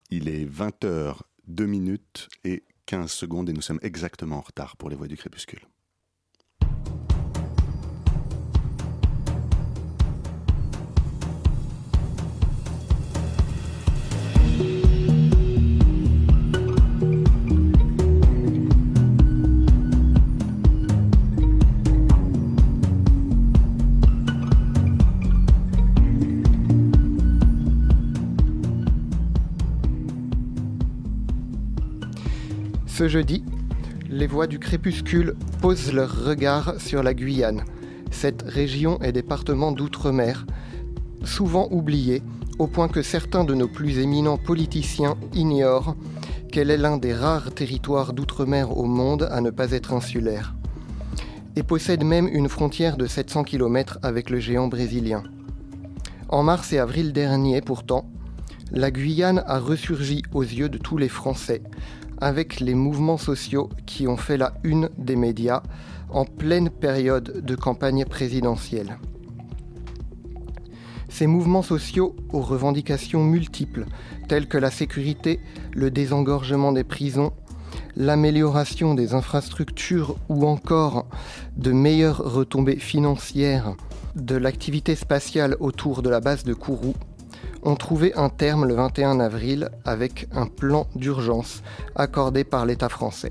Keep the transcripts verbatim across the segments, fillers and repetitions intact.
Il est vingt heures deux minutes et quinze secondes et nous sommes exactement en retard pour les Voix du Crépuscule. Ce jeudi, les Voix du Crépuscule posent leur regard sur la Guyane, cette région et département d'outre-mer, souvent oubliée, au point que certains de nos plus éminents politiciens ignorent qu'elle est l'un des rares territoires d'outre-mer au monde à ne pas être insulaire, et possède même une frontière de sept cents kilomètres avec le géant brésilien. En mars et avril dernier, pourtant, la Guyane a ressurgi aux yeux de tous les Français, avec les mouvements sociaux qui ont fait la une des médias en pleine période de campagne présidentielle. Ces mouvements sociaux aux revendications multiples, telles que la sécurité, le désengorgement des prisons, l'amélioration des infrastructures ou encore de meilleures retombées financières de l'activité spatiale autour de la base de Kourou, ont trouvé un terme le vingt et un avril avec un plan d'urgence accordé par l'État français.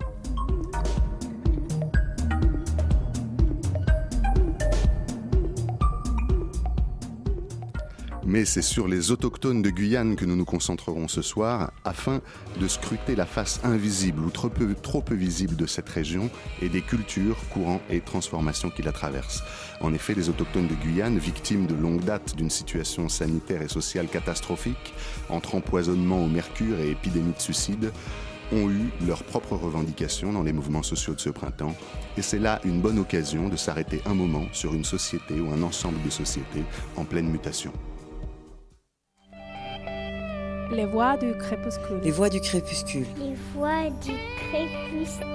Mais c'est sur les autochtones de Guyane que nous nous concentrerons ce soir afin de scruter la face invisible ou trop peu, trop peu visible de cette région et des cultures, courants et transformations qui la traversent. En effet, les autochtones de Guyane, victimes de longue date d'une situation sanitaire et sociale catastrophique, entre empoisonnement au mercure et épidémie de suicide, ont eu leurs propres revendications dans les mouvements sociaux de ce printemps. Et c'est là une bonne occasion de s'arrêter un moment sur une société ou un ensemble de sociétés en pleine mutation. Les Voix du Crépuscule. Les Voix du Crépuscule. Les Voix du Crépuscule.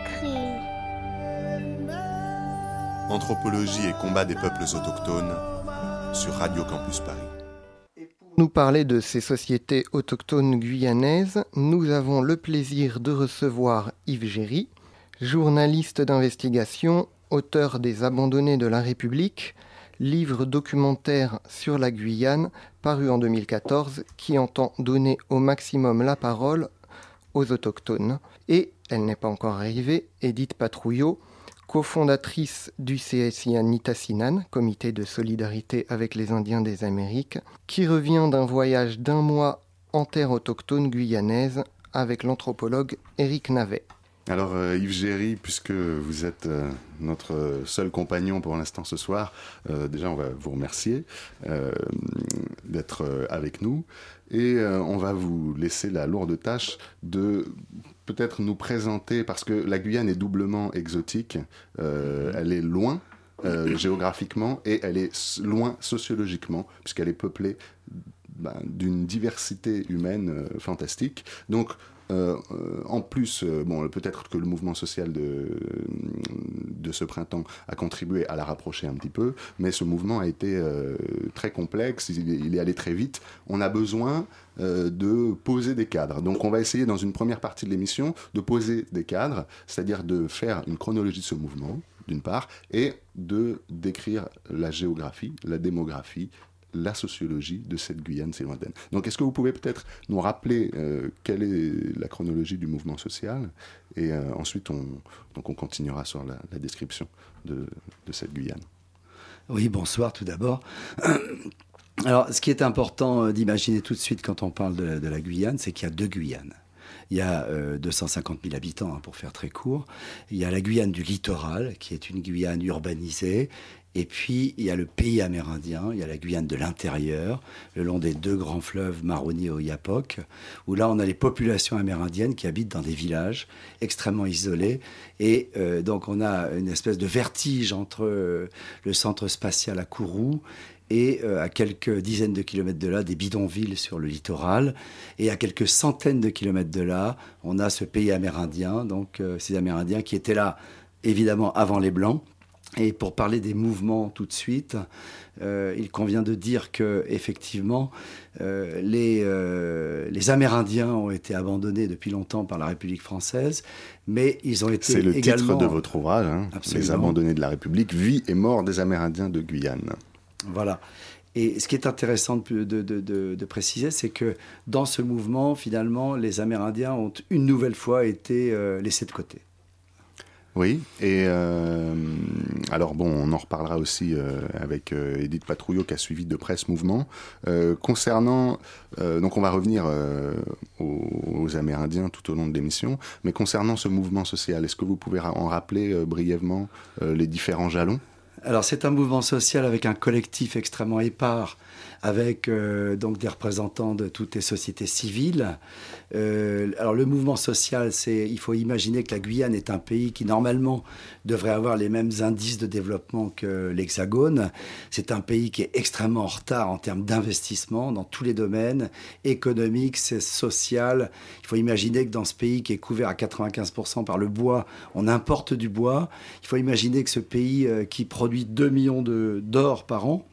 Anthropologie et combat des peuples autochtones sur Radio Campus Paris. Pour nous parler de ces sociétés autochtones guyanaises, nous avons le plaisir de recevoir Yves Géry, journaliste d'investigation, auteur des Abandonnés de la République, livre documentaire sur la Guyane, paru en deux mille quatorze, qui entend donner au maximum la parole aux autochtones. Et, elle n'est pas encore arrivée, Edith Patrouillot, cofondatrice du C S I A Nitassinan, comité de solidarité avec les Indiens des Amériques, qui revient d'un voyage d'un mois en terre autochtone guyanaise avec l'anthropologue Éric Navet. Alors euh, Yves Géry, puisque vous êtes euh, notre seul compagnon pour l'instant ce soir, euh, déjà on va vous remercier euh, d'être euh, avec nous et euh, on va vous laisser la lourde tâche de peut-être nous présenter, parce que la Guyane est doublement exotique, euh, elle est loin euh, géographiquement et elle est loin sociologiquement, puisqu'elle est peuplée ben, d'une diversité humaine euh, fantastique. Donc Euh, euh, en plus, euh, bon, peut-être que le mouvement social de, de ce printemps a contribué à la rapprocher un petit peu, mais ce mouvement a été euh, très complexe, il, il est allé très vite. On a besoin euh, de poser des cadres. Donc on va essayer dans une première partie de l'émission de poser des cadres, c'est-à-dire de faire une chronologie de ce mouvement, d'une part, et de décrire la géographie, la démographie, la sociologie de cette Guyane si lointaine. Donc est-ce que vous pouvez peut-être nous rappeler euh, quelle est la chronologie du mouvement social et euh, ensuite on, donc on continuera sur la, la description de, de cette Guyane. Oui, bonsoir tout d'abord. Alors ce qui est important d'imaginer tout de suite quand on parle de, de la Guyane, c'est qu'il y a deux Guyanes. Il y a euh, deux cent cinquante mille habitants, hein, pour faire très court. Il y a la Guyane du littoral, qui est une Guyane urbanisée. Et puis, il y a le pays amérindien, il y a la Guyane de l'intérieur, le long des deux grands fleuves Maroni et Oyapock, où là, on a les populations amérindiennes qui habitent dans des villages extrêmement isolés. Et euh, donc, on a une espèce de vertige entre euh, le centre spatial à Kourou et euh, à quelques dizaines de kilomètres de là, des bidonvilles sur le littoral. Et à quelques centaines de kilomètres de là, on a ce pays amérindien, donc euh, ces Amérindiens qui étaient là, évidemment, avant les Blancs, Et pour parler des mouvements tout de suite, euh, il convient de dire que effectivement, euh, les, euh, les Amérindiens ont été abandonnés depuis longtemps par la République française, mais ils ont été également... C'est le titre de votre ouvrage, hein, Les abandonnés de la République, vie et mort des Amérindiens de Guyane. Voilà. Et ce qui est intéressant de, de, de, de, de préciser, c'est que dans ce mouvement, finalement, les Amérindiens ont une nouvelle fois été euh, laissés de côté. Oui, et euh, alors bon, on en reparlera aussi euh, avec euh, Édith Patrouillot qui a suivi de près ce mouvement. Euh, concernant, euh, donc on va revenir euh, aux, aux Amérindiens tout au long de l'émission, mais concernant ce mouvement social, est-ce que vous pouvez en rappeler euh, brièvement euh, les différents jalons ? Alors c'est un mouvement social avec un collectif extrêmement épars, avec euh, donc des représentants de toutes les sociétés civiles. Euh, alors le mouvement social, c'est, il faut imaginer que la Guyane est un pays qui normalement devrait avoir les mêmes indices de développement que l'Hexagone. C'est un pays qui est extrêmement en retard en termes d'investissement dans tous les domaines, économiques, social. Il faut imaginer que dans ce pays qui est couvert à quatre-vingt-quinze pour cent par le bois, on importe du bois. Il faut imaginer que ce pays euh, qui produit deux millions de, d'or par an,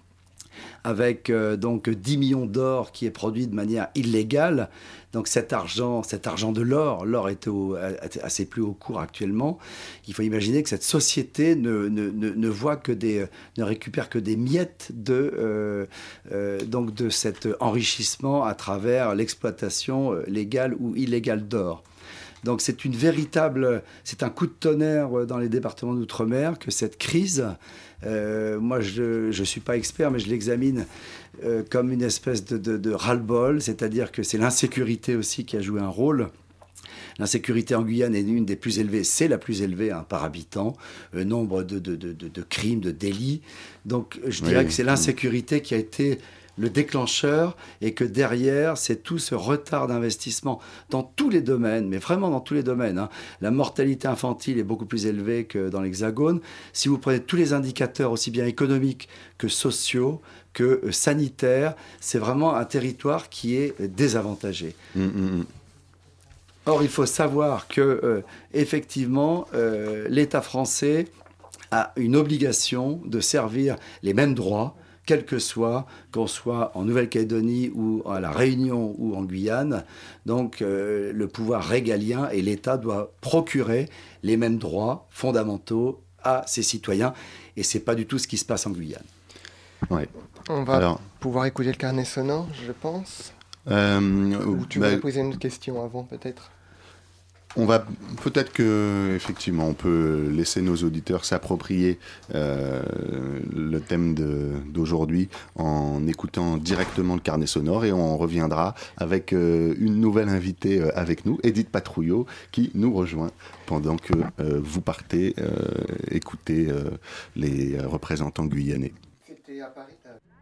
avec euh, donc dix millions d'or qui est produit de manière illégale. Donc cet argent, cet argent de l'or, l'or est au, à, à ses plus hauts cours actuellement. Il faut imaginer que cette société ne, ne, ne, ne voit que des, ne récupère que des miettes de, euh, euh, donc de cet enrichissement à travers l'exploitation légale ou illégale d'or. Donc c'est une véritable, c'est un coup de tonnerre dans les départements d'outre-mer que cette crise, euh, moi je ne suis pas expert, mais je l'examine euh, comme une espèce de, de, de ras-le-bol, c'est-à-dire que c'est l'insécurité aussi qui a joué un rôle. L'insécurité en Guyane est une des plus élevées, c'est la plus élevée hein, par habitant, euh, nombre de, de, de, de crimes, de délits. Donc je dirais oui. que c'est l'insécurité qui a été le déclencheur, et que derrière, c'est tout ce retard d'investissement dans tous les domaines, mais vraiment dans tous les domaines. Hein. La mortalité infantile est beaucoup plus élevée que dans l'Hexagone. Si vous prenez tous les indicateurs, aussi bien économiques que sociaux, que euh, sanitaires, c'est vraiment un territoire qui est désavantagé. Mmh, mmh. Or, il faut savoir que, euh, effectivement, euh, l'État français a une obligation de servir les mêmes droits, quel que soit, qu'on soit en Nouvelle-Calédonie ou à La Réunion ou en Guyane. Donc euh, le pouvoir régalien et l'État doivent procurer les mêmes droits fondamentaux à ses citoyens. Et ce n'est pas du tout ce qui se passe en Guyane. Ouais. On va Alors... pouvoir écouter le carnet sonore, je pense. Euh, ou tu bah... veux poser une autre question avant, peut-être ? On va peut-être que effectivement on peut laisser nos auditeurs s'approprier euh, le thème de, d'aujourd'hui en écoutant directement le carnet sonore, et on reviendra avec euh, une nouvelle invitée euh, avec nous, Édith Patrouillot, qui nous rejoint pendant que euh, vous partez euh, écouter euh, les représentants guyanais. C'était à Paris.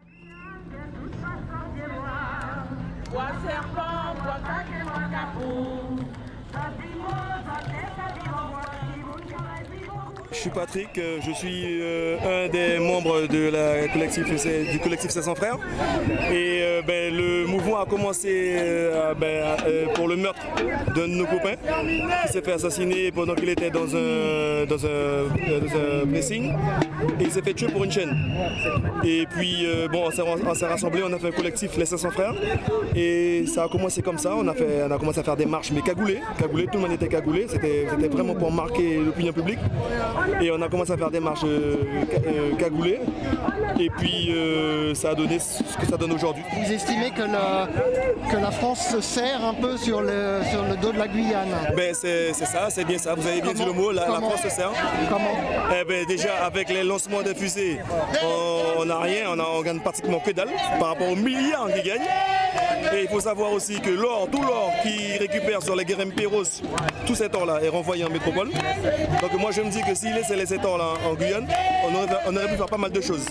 Je suis Patrick, je suis euh, un des membres de la collectif, du collectif cinq cents Frères. Et euh, ben, le mouvement a commencé euh, ben, euh, pour le meurtre d'un de nos copains qui s'est fait assassiner pendant qu'il était dans un, dans un, dans un pressing. Et il s'est fait tuer pour une chaîne. Et puis, euh, bon, on s'est, on s'est rassemblés, on a fait un collectif, les cinq cents Frères. Et ça a commencé comme ça, on a, fait, on a commencé à faire des marches, mais cagoulées. cagoulées tout le monde était cagoulé, c'était, c'était vraiment pour marquer l'opinion publique. Et on a commencé à faire des marches euh, cagoulées. Et puis euh, ça a donné ce que ça donne aujourd'hui. Vous estimez que la, que la France se serre un peu sur le, sur le dos de la Guyane ? Ben c'est, c'est ça, c'est bien ça. Vous avez bien Comment dit le mot, la, la France se serre. Comment ? Eh ben, déjà avec les lancements des fusées, on n'a rien, on, a, on gagne pratiquement que dalle par rapport aux milliards qu'ils gagnent. Et il faut savoir aussi que l'or, tout l'or qu'ils récupèrent sur les Guérim-Péros, tout cet or-là est renvoyé en métropole. Donc moi je me dis que s'il laissait les cet or-là en Guyane, on aurait, on aurait pu faire pas mal de choses.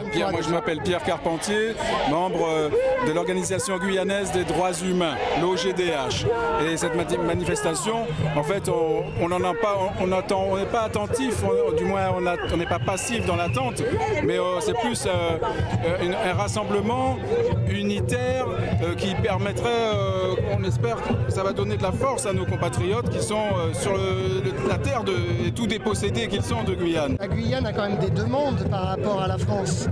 Pierre, moi déjà. je m'appelle Pierre Carpentier, membre euh, de l'Organisation guyanaise des droits humains, l'O G D H. Et cette mati- manifestation, en fait, on n'en a pas, on, on attend, on n'est pas attentif, on- du moins on a- on n'est pas passif dans l'attente, mais euh, c'est plus euh, euh, une- un rassemblement unitaire euh, qui permettrait, euh, on espère que ça va donner de la force à nos compatriotes qui sont euh, sur le- le- la terre de, et tout dépossédés qu'ils sont de Guyane. La Guyane a quand même des demandes par rapport à la France.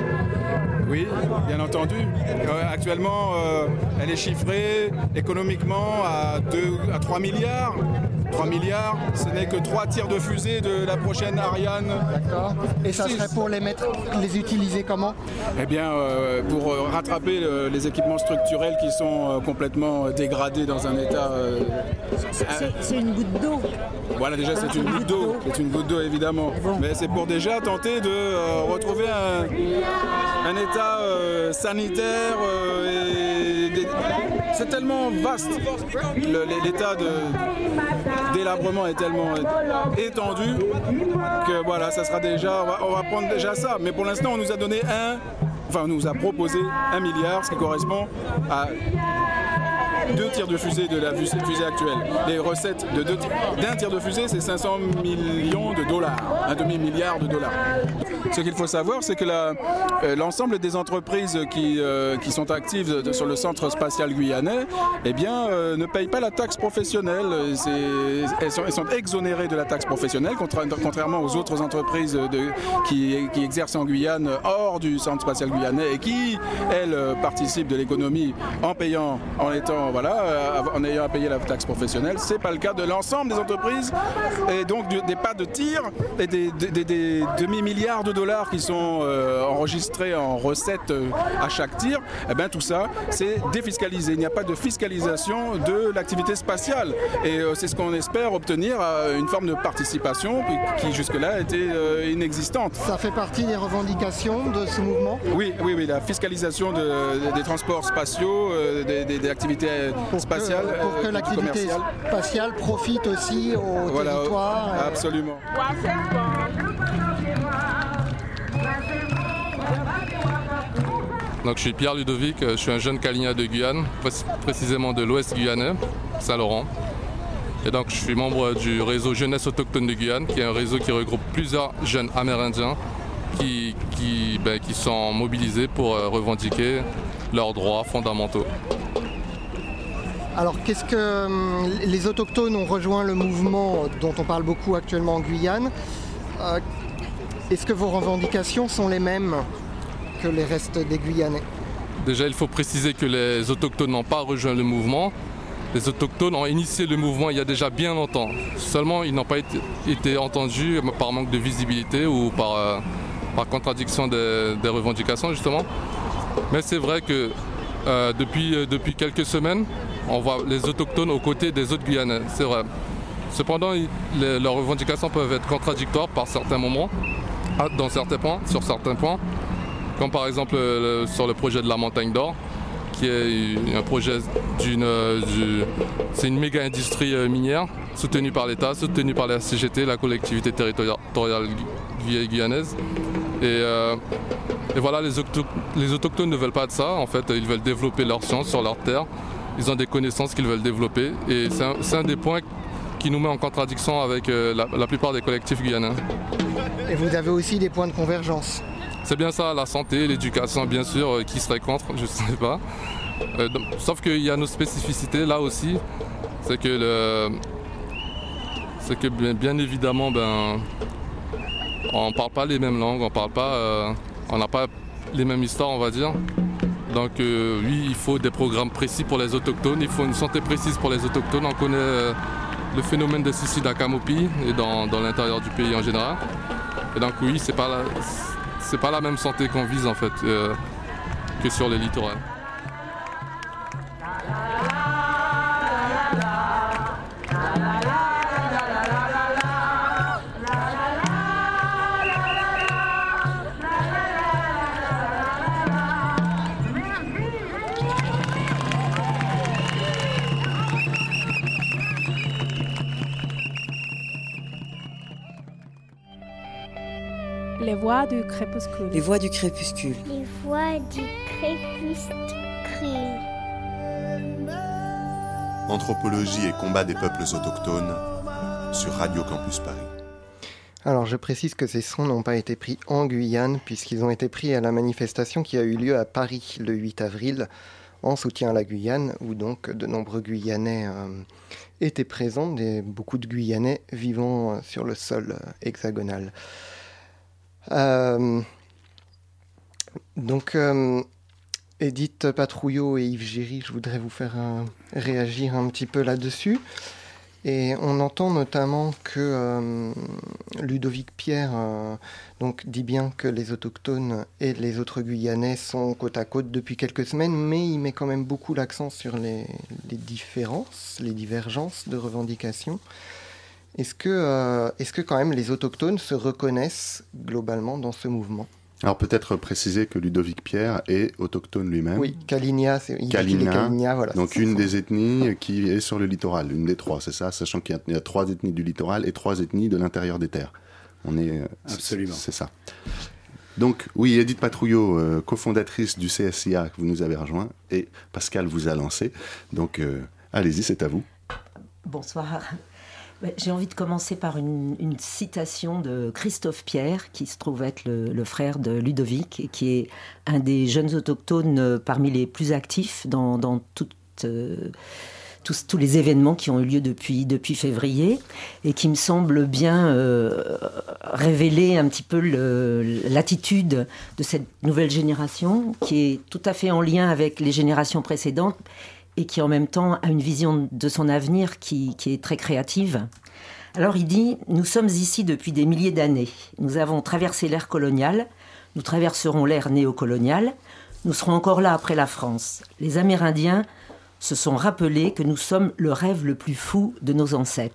Oui, bien entendu. Euh, actuellement, euh, elle est chiffrée économiquement à, deux, à trois milliards. trois milliards, ce n'est que trois tirs de fusée de la prochaine Ariane. D'accord. Et ça Six. serait pour les mettre, les utiliser comment? Eh bien, euh, pour euh, rattraper le- les équipements structurels qui sont euh, complètement euh, dégradés dans un état... euh, C'est- euh, C'est une goutte d'eau. Voilà, déjà c'est une goutte d'eau, c'est une goutte d'eau évidemment, mais c'est pour déjà tenter de euh, retrouver un, un état euh, sanitaire euh, et des- c'est tellement vaste, Le- l'état de délabrement est tellement étendu que voilà, ça sera déjà, on va, on va prendre déjà ça, mais pour l'instant on nous a donné un, enfin on nous a proposé un milliard, ce qui correspond à deux tirs de fusée de la fusée fusée actuelle. Les recettes de deux ti- d'un tir de fusée, c'est cinq cents millions de dollars, un demi-milliard de dollars. Ce qu'il faut savoir, c'est que la- euh, l'ensemble des entreprises qui, euh, qui sont actives de- sur le centre spatial guyanais, eh bien, euh, ne payent pas la taxe professionnelle. C'est- elles, sont, elles sont exonérées de la taxe professionnelle, contra- contrairement aux autres entreprises de- qui, qui exercent en Guyane hors du centre spatial guyanais et qui, elles, euh, participent de l'économie en payant, en étant, voilà, euh, en ayant à payer la taxe professionnelle. C'est pas le cas de l'ensemble des entreprises et donc du- des pas de tir et des, des- des- des demi-milliards de dollars qui sont euh, enregistrés en recettes euh, à chaque tir. Eh bien, tout ça, c'est défiscalisé. Il n'y a pas de fiscalisation de l'activité spatiale et euh, c'est ce qu'on espère obtenir, euh, une forme de participation qui, qui jusque-là était euh, inexistante. Ça fait partie des revendications de ce mouvement? Oui, oui, oui, la fiscalisation de- des transports spatiaux, euh, des, des- des activités Pour spatiales, que, pour euh, que du l'activité commercial. spatiale profite aussi au Voilà, territoire. euh, absolument. Donc, je suis Pierre Ludovic, je suis un jeune Kalinia de Guyane, pré- précisément de l'Ouest guyanais, Saint-Laurent. Et donc, je suis membre du réseau Jeunesse Autochtone de Guyane, qui est un réseau qui regroupe plusieurs jeunes Amérindiens qui, qui, ben, qui sont mobilisés pour euh, revendiquer leurs droits fondamentaux. Alors, qu'est-ce que hum, les autochtones ont rejoint le mouvement dont on parle beaucoup actuellement en Guyane? Euh, Est-ce que vos revendications sont les mêmes que les restes des Guyanais? Déjà, il faut préciser que les autochtones n'ont pas rejoint le mouvement. Les autochtones ont initié le mouvement il y a déjà bien longtemps. Seulement, ils n'ont pas été, été entendus par manque de visibilité ou par, euh, par contradiction des, des revendications, justement. Mais c'est vrai que euh, depuis, euh, depuis quelques semaines, on voit les autochtones aux côtés des autres Guyanais, c'est vrai. Cependant, il- les- leurs revendications peuvent être contradictoires par certains moments, ah, dans certains points, sur certains points, comme par exemple euh, le- sur le projet de la Montagne d'Or, qui est un projet d'une, euh, du- c'est une méga industrie euh, minière soutenue par l'État, soutenue par la C G T, la collectivité territoriale gu- guyanaise. Et, euh, et voilà, les, octo- les autochtones ne veulent pas de ça. En fait, ils veulent développer leur science sur leur terre. Ils ont des connaissances qu'ils veulent développer. Et c'est un, c'est un des points qui nous met en contradiction avec euh, la, la plupart des collectifs guyanais. Et vous avez aussi des points de convergence. C'est bien ça, la santé, l'éducation, bien sûr, euh, qui serait contre, je ne sais pas. Euh, donc, sauf qu'il y a nos spécificités là aussi. C'est que, le, c'est que bien, bien évidemment, ben, on ne parle pas les mêmes langues, on parle pas, euh, on n'a pas les mêmes histoires, on va dire. Donc euh, oui, il faut des programmes précis pour les autochtones, il faut une santé précise pour les autochtones. On connaît euh, le phénomène des suicides à Camopi et dans, dans l'intérieur du pays en général. Et donc oui, c'est pas la, c'est pas la même santé qu'on vise en fait euh, que sur les littorales. Les Les voix du crépuscule. Les voix du crépuscule. Les voix du crépuscule. Anthropologie et combat des peuples autochtones sur Radio Campus Paris. Alors je précise que ces sons n'ont pas été pris en Guyane puisqu'ils ont été pris à la manifestation qui a eu lieu à Paris le huit avril en soutien à la Guyane où donc de nombreux Guyanais euh, étaient présents, des, beaucoup de Guyanais vivant sur le sol euh, hexagonal. Euh, donc euh, Edith Patrouillot et Yves Géry, je voudrais vous faire euh, réagir un petit peu là-dessus. Et on entend notamment que euh, Ludovic Pierre euh, donc dit bien que les autochtones et les autres Guyanais sont côte à côte depuis quelques semaines, mais il met quand même beaucoup l'accent sur les, les différences, les divergences de revendications. Est-ce que, euh, est-ce que quand même les autochtones se reconnaissent globalement dans ce mouvement ? Alors peut-être préciser que Ludovic Pierre est autochtone lui-même. Oui, Kalinia, c'est il Kalina, Kalinia, voilà. Donc une des ethnies qui est sur le littoral, une des trois, c'est ça, sachant qu'il y a, il y a trois ethnies du littoral et trois ethnies de l'intérieur des terres. On est absolument. C'est, c'est ça. Donc oui, Edith Patrouillot, euh, cofondatrice du C S I A que vous nous avez rejoint, et Pascal vous a lancé. Donc euh, allez-y, c'est à vous. Bonsoir. J'ai envie de commencer par une, une citation de Christophe Pierre, qui se trouve être le, le frère de Ludovic, et qui est un des jeunes autochtones parmi les plus actifs dans, dans toute, euh, tous, tous les événements qui ont eu lieu depuis, depuis février, et qui me semble bien euh, révéler un petit peu le, l'attitude de cette nouvelle génération, qui est tout à fait en lien avec les générations précédentes, et qui en même temps a une vision de son avenir qui, qui est très créative. Alors il dit « Nous sommes ici depuis des milliers d'années. Nous avons traversé l'ère coloniale, nous traverserons l'ère néocoloniale, nous serons encore là après la France. Les Amérindiens se sont rappelés que nous sommes le rêve le plus fou de nos ancêtres. »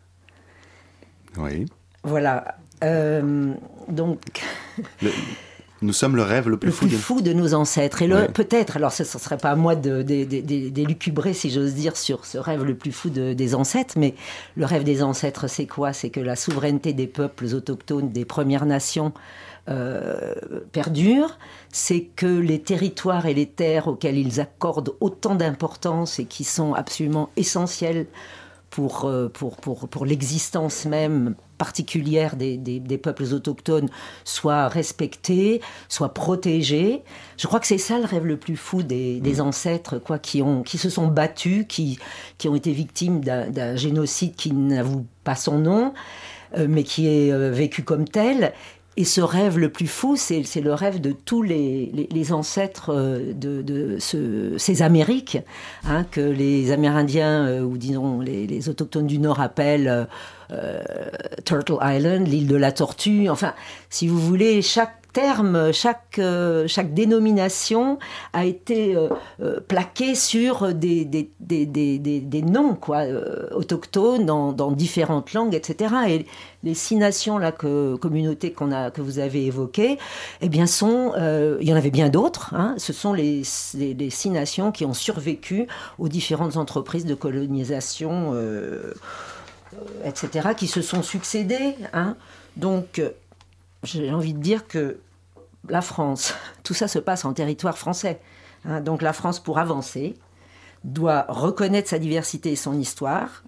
Oui. Voilà. Euh, donc... Le... Nous sommes le rêve le plus, le fou, plus de... fou de nos ancêtres. Et le, ouais. peut-être, alors ce ne serait pas à moi de, de, de, de, d'élucubrer, si j'ose dire, sur ce rêve le plus fou de, des ancêtres, mais le rêve des ancêtres, c'est quoi ? C'est que la souveraineté des peuples autochtones, des Premières Nations, euh, perdure. C'est que les territoires et les terres auxquels ils accordent autant d'importance et qui sont absolument essentiels pour, pour, pour, pour l'existence même particulière des, des, des peuples autochtones soit respectée, soit protégée. Je crois que c'est ça le rêve le plus fou des, des ancêtres, quoi, qui, ont, qui se sont battus, qui, qui ont été victimes d'un, d'un génocide qui n'avoue pas son nom, euh, mais qui est euh, vécu comme tel. Et ce rêve le plus fou, c'est, c'est le rêve de tous les, les, les ancêtres de, de ce, ces Amériques, hein, que les Amérindiens, euh, ou disons les, les autochtones du Nord appellent euh, Turtle Island, l'île de la tortue. Enfin, si vous voulez, chaque terme, chaque, euh, chaque dénomination a été euh, euh, plaquée sur des, des, des, des, des, des noms quoi, euh, autochtones dans, dans différentes langues, et cetera. Et les six nations, là, que, communautés qu'on a, que vous avez évoquées, eh bien, sont, euh, il y en avait bien d'autres, hein, ce sont les, les, les six nations qui ont survécu aux différentes entreprises de colonisation, euh, euh, et cetera, qui se sont succédées. Hein. Donc, euh, j'ai envie de dire que la France, tout ça se passe en territoire français. Hein, donc la France, pour avancer, doit reconnaître sa diversité et son histoire,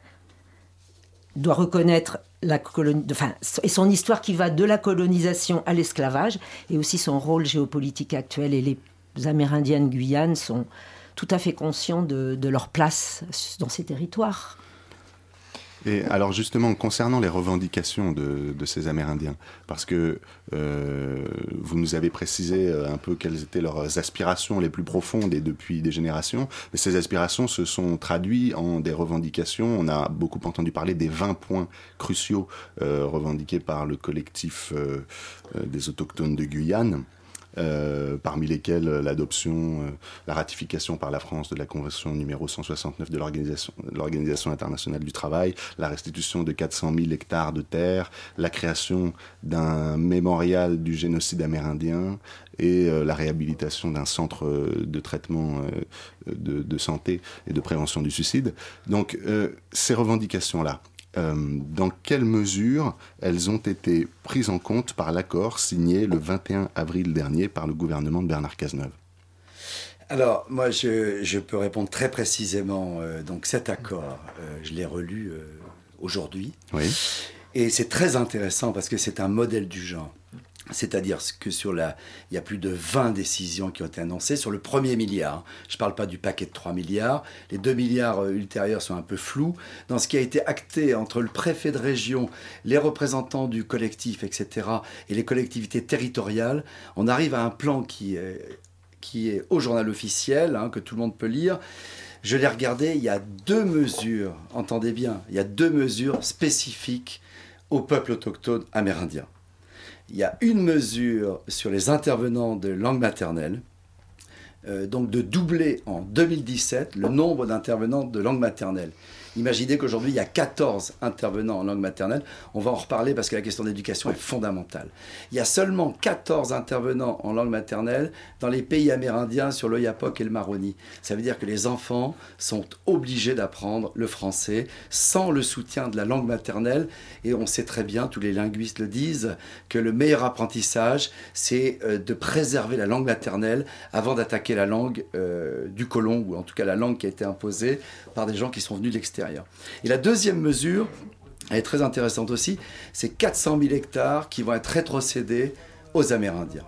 doit reconnaître la colon... enfin, et son histoire qui va de la colonisation à l'esclavage, et aussi son rôle géopolitique actuel. Et les Amérindiens de Guyane sont tout à fait conscients de, de leur place dans ces territoires. Et alors justement, concernant les revendications de, de ces Amérindiens, parce que euh, vous nous avez précisé un peu quelles étaient leurs aspirations les plus profondes et depuis des générations, mais ces aspirations se sont traduites en des revendications. On a beaucoup entendu parler des vingt points cruciaux euh, revendiqués par le collectif euh, euh, des autochtones de Guyane. Euh, parmi lesquels l'adoption, euh, la ratification par la France de la Convention numéro cent soixante-neuf de l'Organisation, de l'Organisation internationale du travail, la restitution de quatre cent mille hectares de terre, la création d'un mémorial du génocide amérindien et euh, la réhabilitation d'un centre de traitement euh, de, de santé et de prévention du suicide. Donc euh, ces revendications-là, euh, dans quelle mesure elles ont été prises en compte par l'accord signé le vingt et un avril dernier par le gouvernement de Bernard Cazeneuve? Alors, moi, je, je peux répondre très précisément. Euh, donc, cet accord, euh, je l'ai relu euh, aujourd'hui. Oui. Et c'est très intéressant parce que c'est un modèle du genre. C'est-à-dire que sur la, il y a plus de vingt décisions qui ont été annoncées sur le premier milliard. Je ne parle pas du paquet de trois milliards. Les deux milliards euh, ultérieurs sont un peu flous. Dans ce qui a été acté entre le préfet de région, les représentants du collectif, et cetera, et les collectivités territoriales, on arrive à un plan qui est, qui est au journal officiel, hein, que tout le monde peut lire. Je l'ai regardé, il y a deux mesures, entendez bien, il y a deux mesures spécifiques au peuple autochtone amérindien. Il y a une mesure sur les intervenants de langue maternelle, euh, donc de doubler en deux mille dix-sept le nombre d'intervenants de langue maternelle. Imaginez qu'aujourd'hui, il y a quatorze intervenants en langue maternelle. On va en reparler parce que la question d'éducation est fondamentale. Il y a seulement quatorze intervenants en langue maternelle dans les pays amérindiens sur l'Oyapock et le Maroni. Ça veut dire que les enfants sont obligés d'apprendre le français sans le soutien de la langue maternelle. Et on sait très bien, tous les linguistes le disent, que le meilleur apprentissage, c'est de préserver la langue maternelle avant d'attaquer la langue euh, du colon, ou en tout cas la langue qui a été imposée par des gens qui sont venus de l'extérieur. Et la deuxième mesure, elle est très intéressante aussi, c'est quatre cent mille hectares qui vont être rétrocédés aux Amérindiens.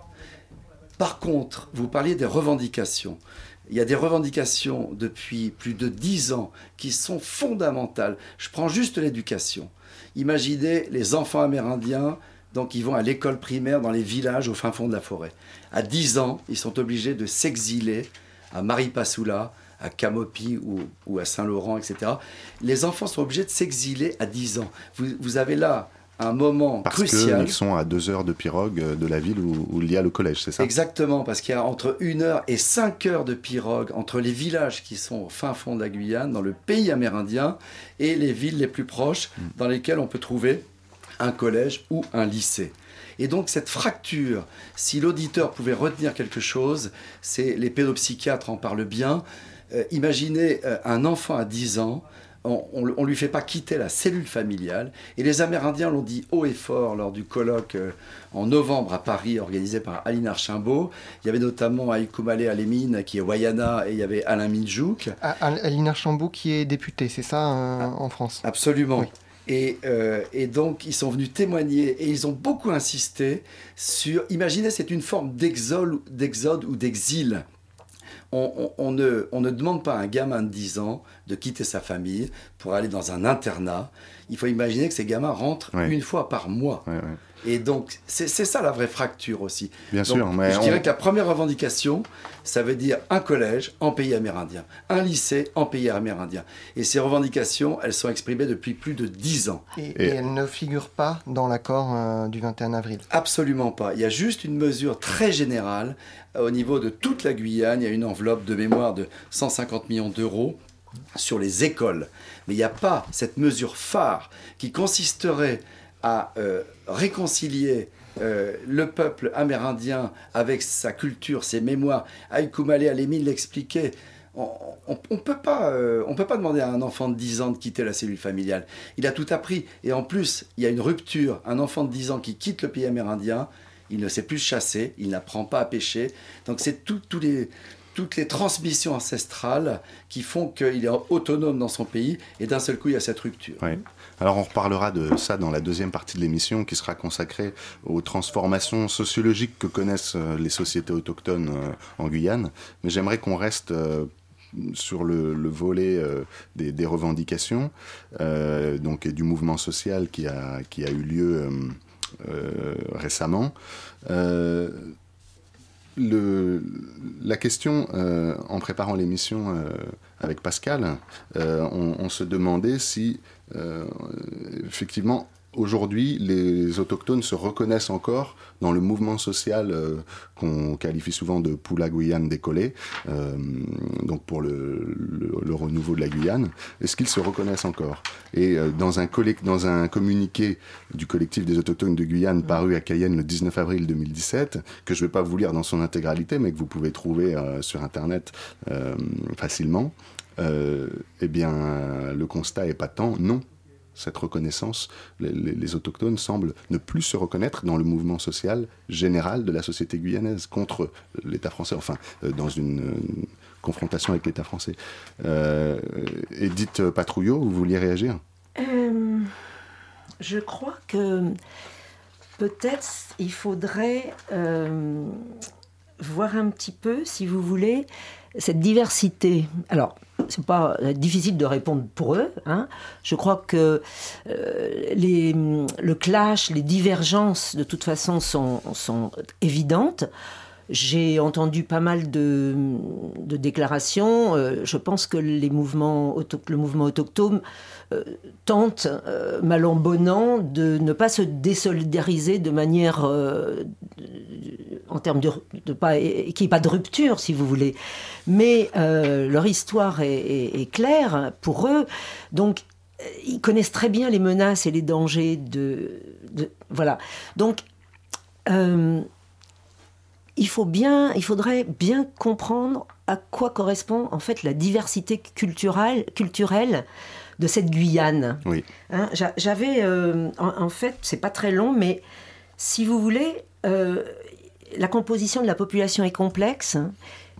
Par contre, vous parliez des revendications. Il y a des revendications depuis plus de dix ans qui sont fondamentales. Je prends juste l'éducation. Imaginez les enfants amérindiens, donc ils vont à l'école primaire dans les villages au fin fond de la forêt. À dix ans, ils sont obligés de s'exiler à Maripasoula, à Camopi ou, ou à Saint-Laurent, et cetera. Les enfants sont obligés de s'exiler à dix ans. Vous, vous avez là un moment parce crucial. Parce qu'ils sont à deux heures de pirogue de la ville où, où il y a le collège, c'est ça? Exactement, parce qu'il y a entre une heure et cinq heures de pirogue entre les villages qui sont au fin fond de la Guyane, dans le pays amérindien, et les villes les plus proches, mmh. dans lesquelles on peut trouver un collège ou un lycée. Et donc cette fracture, si l'auditeur pouvait retenir quelque chose, c'est, les pédopsychiatres en parlent bien, euh, imaginez euh, un enfant à dix ans, on ne lui fait pas quitter la cellule familiale, et les Amérindiens l'ont dit haut et fort lors du colloque euh, en novembre à Paris, organisé par Aline Archimbault. Il y avait notamment Aïkoumale Alémine, qui est Wayana, et il y avait Alain Minjouk. Aline Archimbault qui est députée, c'est ça, euh, ah, en France? Absolument. Oui. Et, euh, et donc, ils sont venus témoigner et ils ont beaucoup insisté sur... Imaginez, c'est une forme d'exode, d'exode ou d'exil. On, on, on, ne, on ne demande pas à un gamin de dix ans de quitter sa famille pour aller dans un internat. Il faut imaginer que ces gamins rentrent oui. une fois par mois. Oui, oui. Et donc, c'est, c'est ça la vraie fracture aussi. Bien donc, sûr, mais je on... dirais que la première revendication, ça veut dire un collège en pays amérindien, un lycée en pays amérindien. Et ces revendications, elles sont exprimées depuis plus de dix ans. Et, et... et elles ne figurent pas dans l'accord euh, du vingt et un avril? Absolument pas. Il y a juste une mesure très générale au niveau de toute la Guyane. Il y a une enveloppe de mémoire de cent cinquante millions d'euros sur les écoles. Mais il n'y a pas cette mesure phare qui consisterait à euh, réconcilier euh, le peuple amérindien avec sa culture, ses mémoires. Aïkoumale Alémine l'expliquait. On ne peut pas, euh, on peut pas demander à un enfant de dix ans de quitter la cellule familiale. Il a tout appris. Et en plus, il y a une rupture. Un enfant de dix ans qui quitte le pays amérindien, il ne sait plus chasser, il n'apprend pas à pêcher. Donc c'est tout, tout les... toutes les transmissions ancestrales qui font qu'il est autonome dans son pays, et d'un seul coup, il y a cette rupture. Oui. Alors on reparlera de ça dans la deuxième partie de l'émission, qui sera consacrée aux transformations sociologiques que connaissent les sociétés autochtones en Guyane. Mais j'aimerais qu'on reste sur le, le volet des, des revendications, euh, donc, et du mouvement social qui a, qui a eu lieu euh, euh, récemment. Euh, Le, la question, euh, en préparant l'émission euh, avec Pascal, euh, on, on se demandait si, euh, effectivement, aujourd'hui, les autochtones se reconnaissent encore dans le mouvement social euh, qu'on qualifie souvent de Pula Guyane décollé, euh, donc pour le, le, le renouveau de la Guyane. Est-ce qu'ils se reconnaissent encore? Et euh, dans, un collect, dans un communiqué du collectif des autochtones de Guyane paru à Cayenne le dix-neuf avril deux mille dix-sept, que je ne vais pas vous lire dans son intégralité, mais que vous pouvez trouver euh, sur Internet euh, facilement, euh, eh bien, le constat est patent, non. cette reconnaissance. Les, les, les autochtones semblent ne plus se reconnaître dans le mouvement social général de la société guyanaise contre l'État français, enfin, euh, dans une, une confrontation avec l'État français. Euh, Edith Patrouillot, vous vouliez réagir ? euh, Je crois que peut-être il faudrait euh, voir un petit peu, si vous voulez, cette diversité. Alors, c'est pas difficile de répondre pour eux, hein. Je crois que euh, les, le clash, les divergences, de toute façon, sont, sont évidentes. J'ai entendu pas mal de, de déclarations. Euh, je pense que les mouvements auto, le mouvement autochtone euh, tente, euh, mal en bon an, de ne pas se désolidariser de manière, euh, en termes de, de pas, qu'il n'y ait pas de rupture, si vous voulez. Mais euh, leur histoire est, est, est claire pour eux. Donc, ils connaissent très bien les menaces et les dangers de... de voilà. Donc... Euh, Il, faut bien, il faudrait bien comprendre à quoi correspond en fait la diversité culturelle, culturelle de cette Guyane. Oui. Hein, j'avais, euh, en, en fait, c'est pas très long, mais si vous voulez, euh, la composition de la population est complexe. Hein,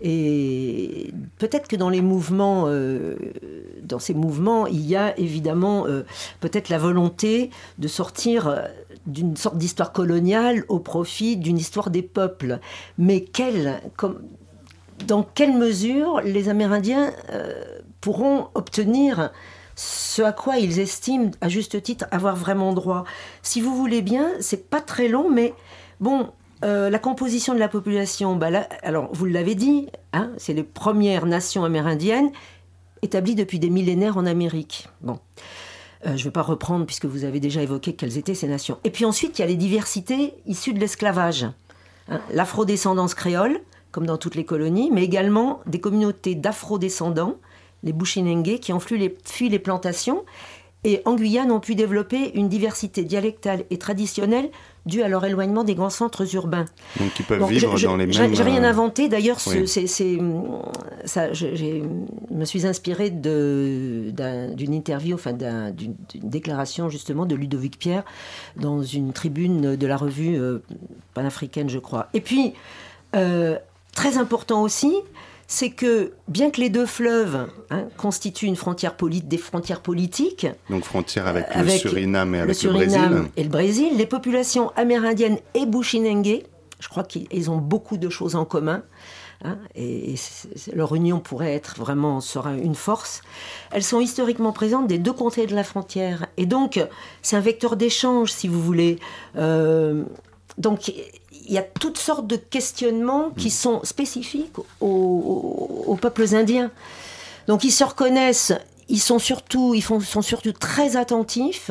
et peut-être que dans les mouvements, euh, dans ces mouvements, il y a évidemment euh, peut-être la volonté de sortir d'une sorte d'histoire coloniale au profit d'une histoire des peuples. Mais quelle, comme, dans quelle mesure les Amérindiens euh, pourront obtenir ce à quoi ils estiment, à juste titre, avoir vraiment droit ? Si vous voulez bien, c'est pas très long, mais bon... Euh, la composition de la population, bah là, alors vous l'avez dit, hein, c'est les premières nations amérindiennes établies depuis des millénaires en Amérique. Bon, euh, je ne vais pas reprendre puisque vous avez déjà évoqué quelles étaient ces nations. Et puis ensuite, il y a les diversités issues de l'esclavage. Hein, l'afrodescendance créole, comme dans toutes les colonies, mais également des communautés d'afrodescendants, les Bushinengue, qui ont fui les, fui les plantations et en Guyane ont pu développer une diversité dialectale et traditionnelle due à leur éloignement des grands centres urbains. Donc ils peuvent Donc, vivre je, dans les j'ai, mêmes... J'ai rien inventé. D'ailleurs, ce, oui. c'est, c'est, ça, je j'ai, me suis inspirée de, d'un, d'une interview, enfin d'un, d'une, d'une déclaration justement de Ludovic Pierre dans une tribune de la revue euh, panafricaine, je crois. Et puis, euh, très important aussi, c'est que, bien que les deux fleuves hein, constituent une frontière poli- des frontières politiques... Donc frontière avec, euh, avec le Suriname et avec le, Suriname le Brésil. et le Brésil, les populations amérindiennes et Bushinengue, je crois qu'ils ont beaucoup de choses en commun, hein, et, et leur union pourrait être vraiment, sera une force. Elles sont historiquement présentes des deux côtés de la frontière. Et donc, c'est un vecteur d'échange, si vous voulez. Euh, donc... Il y a toutes sortes de questionnements qui sont spécifiques aux, aux, aux peuples indiens. Donc ils se reconnaissent, ils sont surtout, ils font, sont surtout très attentifs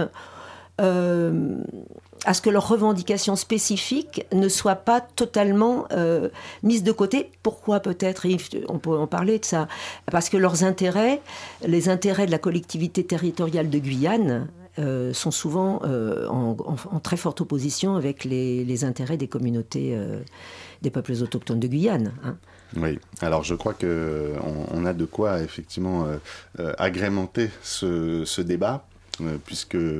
euh, à ce que leurs revendications spécifiques ne soient pas totalement euh, mises de côté. Pourquoi peut-être, Yves, on peut en parler de ça ? Parce que leurs intérêts, les intérêts de la collectivité territoriale de Guyane, Euh, sont souvent euh, en, en, en très forte opposition avec les, les intérêts des communautés euh, des peuples autochtones de Guyane. Hein. Oui, alors je crois qu'on on a de quoi effectivement euh, euh, agrémenter ce, ce débat, euh, puisque euh,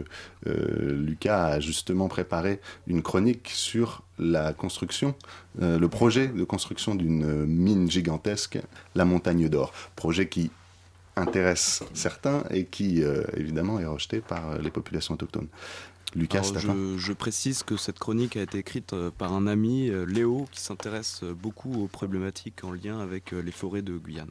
Lucas a justement préparé une chronique sur la construction, euh, le projet de construction d'une mine gigantesque, la Montagne d'Or, projet qui intéresse certains et qui, euh, évidemment, est rejeté par les populations autochtones. Lucas, Alors, je, je précise que cette chronique a été écrite par un ami, Léo, qui s'intéresse beaucoup aux problématiques en lien avec les forêts de Guyane.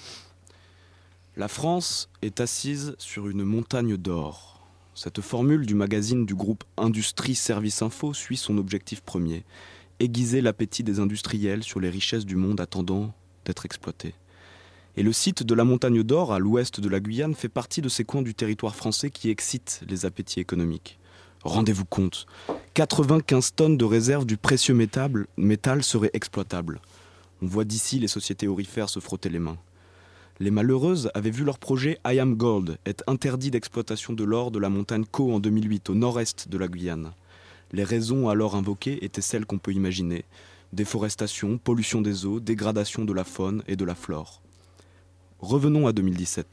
La France est assise sur une montagne d'or. Cette formule du magazine du groupe Industrie Service Info suit son objectif premier, aiguiser l'appétit des industriels sur les richesses du monde attendant d'être exploitées. Et le site de la Montagne d'Or, à l'ouest de la Guyane, fait partie de ces coins du territoire français qui excitent les appétits économiques. Rendez-vous compte, quatre-vingt-quinze tonnes de réserves du précieux métal, métal seraient exploitables. On voit d'ici les sociétés aurifères se frotter les mains. Les malheureuses avaient vu leur projet I Am Gold être interdit d'exploitation de l'or de la montagne Caux en deux mille huit, au nord-est de la Guyane. Les raisons alors invoquées étaient celles qu'on peut imaginer. Déforestation, pollution des eaux, dégradation de la faune et de la flore. Revenons à deux mille dix-sept.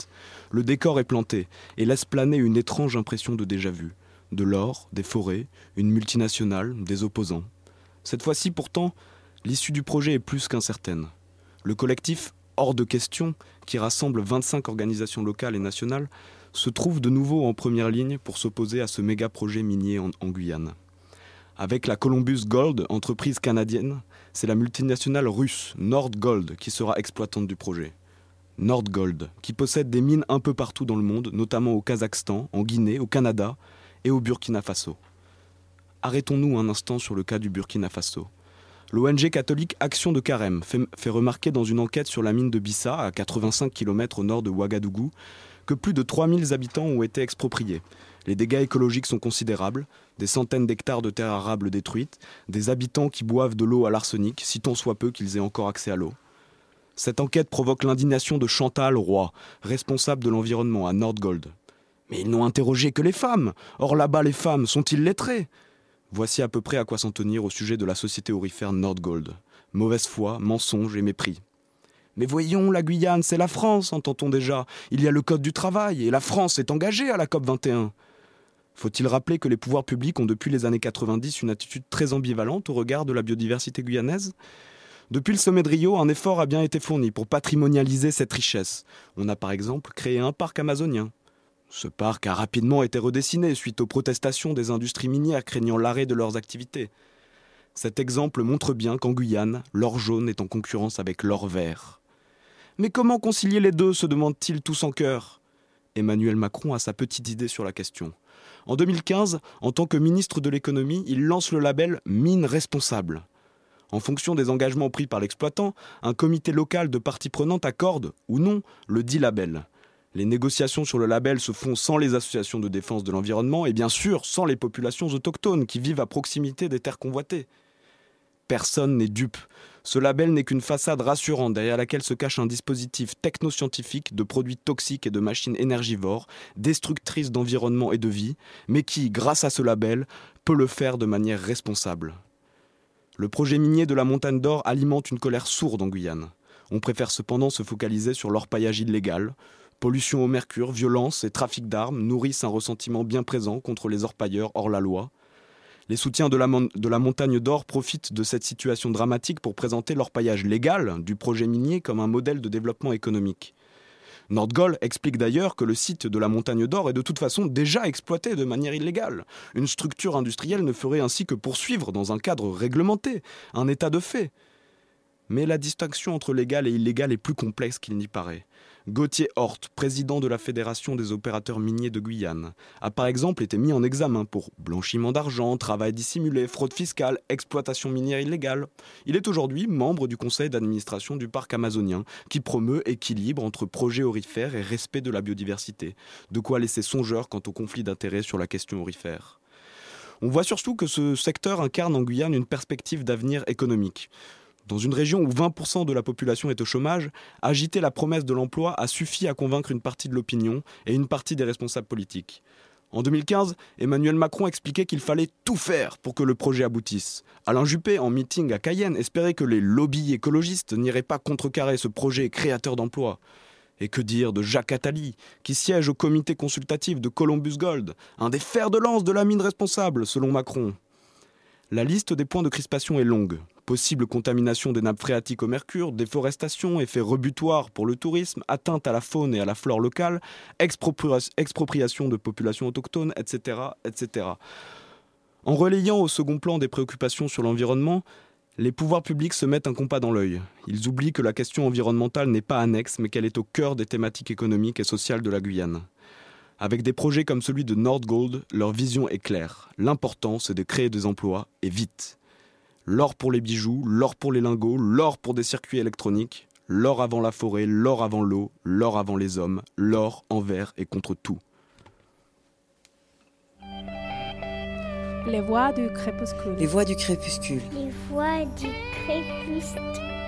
Le décor est planté et laisse planer une étrange impression de déjà-vu. De l'or, des forêts, une multinationale, des opposants. Cette fois-ci, pourtant, l'issue du projet est plus qu'incertaine. Le collectif Hors de question, qui rassemble vingt-cinq organisations locales et nationales, se trouve de nouveau en première ligne pour s'opposer à ce méga-projet minier en, en Guyane. Avec la Columbus Gold, entreprise canadienne, c'est la multinationale russe Nordgold qui sera exploitante du projet. Nordgold, qui possède des mines un peu partout dans le monde, notamment au Kazakhstan, en Guinée, au Canada et au Burkina Faso. Arrêtons-nous un instant sur le cas du Burkina Faso. L'O N G catholique Action de Carême fait, fait remarquer dans une enquête sur la mine de Bissa, à quatre-vingt-cinq kilomètres au nord de Ouagadougou, que plus de trois mille habitants ont été expropriés. Les dégâts écologiques sont considérables, des centaines d'hectares de terres arables détruites, des habitants qui boivent de l'eau à l'arsenic, si tant soit peu qu'ils aient encore accès à l'eau. Cette enquête provoque l'indignation de Chantal Roy, responsable de l'environnement à Nordgold. Mais ils n'ont interrogé que les femmes. Or là-bas, les femmes sont-ils lettrées ? Voici à peu près à quoi s'en tenir au sujet de la société aurifère Nordgold. Mauvaise foi, mensonge et mépris. Mais voyons, la Guyane, c'est la France, entend-on déjà. Il y a le Code du travail et la France est engagée à la C O P vingt et un. Faut-il rappeler que les pouvoirs publics ont depuis les années quatre-vingt-dix une attitude très ambivalente au regard de la biodiversité guyanaise ? Depuis le sommet de Rio, un effort a bien été fourni pour patrimonialiser cette richesse. On a par exemple créé un parc amazonien. Ce parc a rapidement été redessiné suite aux protestations des industries minières craignant l'arrêt de leurs activités. Cet exemple montre bien qu'en Guyane, l'or jaune est en concurrence avec l'or vert. Mais comment concilier les deux, se demandent-ils tous en chœur ? Emmanuel Macron a sa petite idée sur la question. En deux mille quinze, en tant que ministre de l'économie, il lance le label « Mine responsable ». En fonction des engagements pris par l'exploitant, un comité local de parties prenantes accorde, ou non, le dit label. Les négociations sur le label se font sans les associations de défense de l'environnement et bien sûr sans les populations autochtones qui vivent à proximité des terres convoitées. Personne n'est dupe. Ce label n'est qu'une façade rassurante derrière laquelle se cache un dispositif technoscientifique de produits toxiques et de machines énergivores, destructrices d'environnement et de vie, mais qui, grâce à ce label, peut le faire de manière responsable. Le projet minier de la Montagne d'Or alimente une colère sourde en Guyane. On préfère cependant se focaliser sur l'orpaillage illégal. Pollution au mercure, violence et trafic d'armes nourrissent un ressentiment bien présent contre les orpailleurs hors la loi. Les soutiens de la, mon- de la Montagne d'Or profitent de cette situation dramatique pour présenter l'orpaillage légal du projet minier comme un modèle de développement économique. Nordgold explique d'ailleurs que le site de la Montagne d'Or est de toute façon déjà exploité de manière illégale. Une structure industrielle ne ferait ainsi que poursuivre dans un cadre réglementé, un état de fait. Mais la distinction entre légal et illégal est plus complexe qu'il n'y paraît. Gauthier Hort, président de la Fédération des opérateurs miniers de Guyane, a par exemple été mis en examen pour blanchiment d'argent, travail dissimulé, fraude fiscale, exploitation minière illégale. Il est aujourd'hui membre du conseil d'administration du parc amazonien, qui promeut équilibre entre projets aurifères et respect de la biodiversité. De quoi laisser songeur quant au conflit d'intérêts sur la question aurifère. On voit surtout que ce secteur incarne en Guyane une perspective d'avenir économique. Dans une région où vingt pour cent de la population est au chômage, agiter la promesse de l'emploi a suffi à convaincre une partie de l'opinion et une partie des responsables politiques. En deux mille quinze, Emmanuel Macron expliquait qu'il fallait tout faire pour que le projet aboutisse. Alain Juppé, en meeting à Cayenne, espérait que les lobbies écologistes n'iraient pas contrecarrer ce projet créateur d'emplois. Et que dire de Jacques Attali, qui siège au comité consultatif de Columbus Gold, un des fers de lance de la mine responsable, selon Macron. La liste des points de crispation est longue. Possible contamination des nappes phréatiques au mercure, déforestation, effet rebutoire pour le tourisme, atteinte à la faune et à la flore locale, expropria- expropriation de populations autochtones, et cetera, et cetera. En relayant au second plan des préoccupations sur l'environnement, les pouvoirs publics se mettent un compas dans l'œil. Ils oublient que la question environnementale n'est pas annexe, mais qu'elle est au cœur des thématiques économiques et sociales de la Guyane. Avec des projets comme celui de Nordgold, leur vision est claire. L'important, c'est de créer des emplois, et vite. L'or pour les bijoux, l'or pour les lingots, l'or pour des circuits électroniques, l'or avant la forêt, l'or avant l'eau, l'or avant les hommes, l'or envers et contre tout. Les voix du crépuscule. Les voix du crépuscule. Les voix du crépuscule.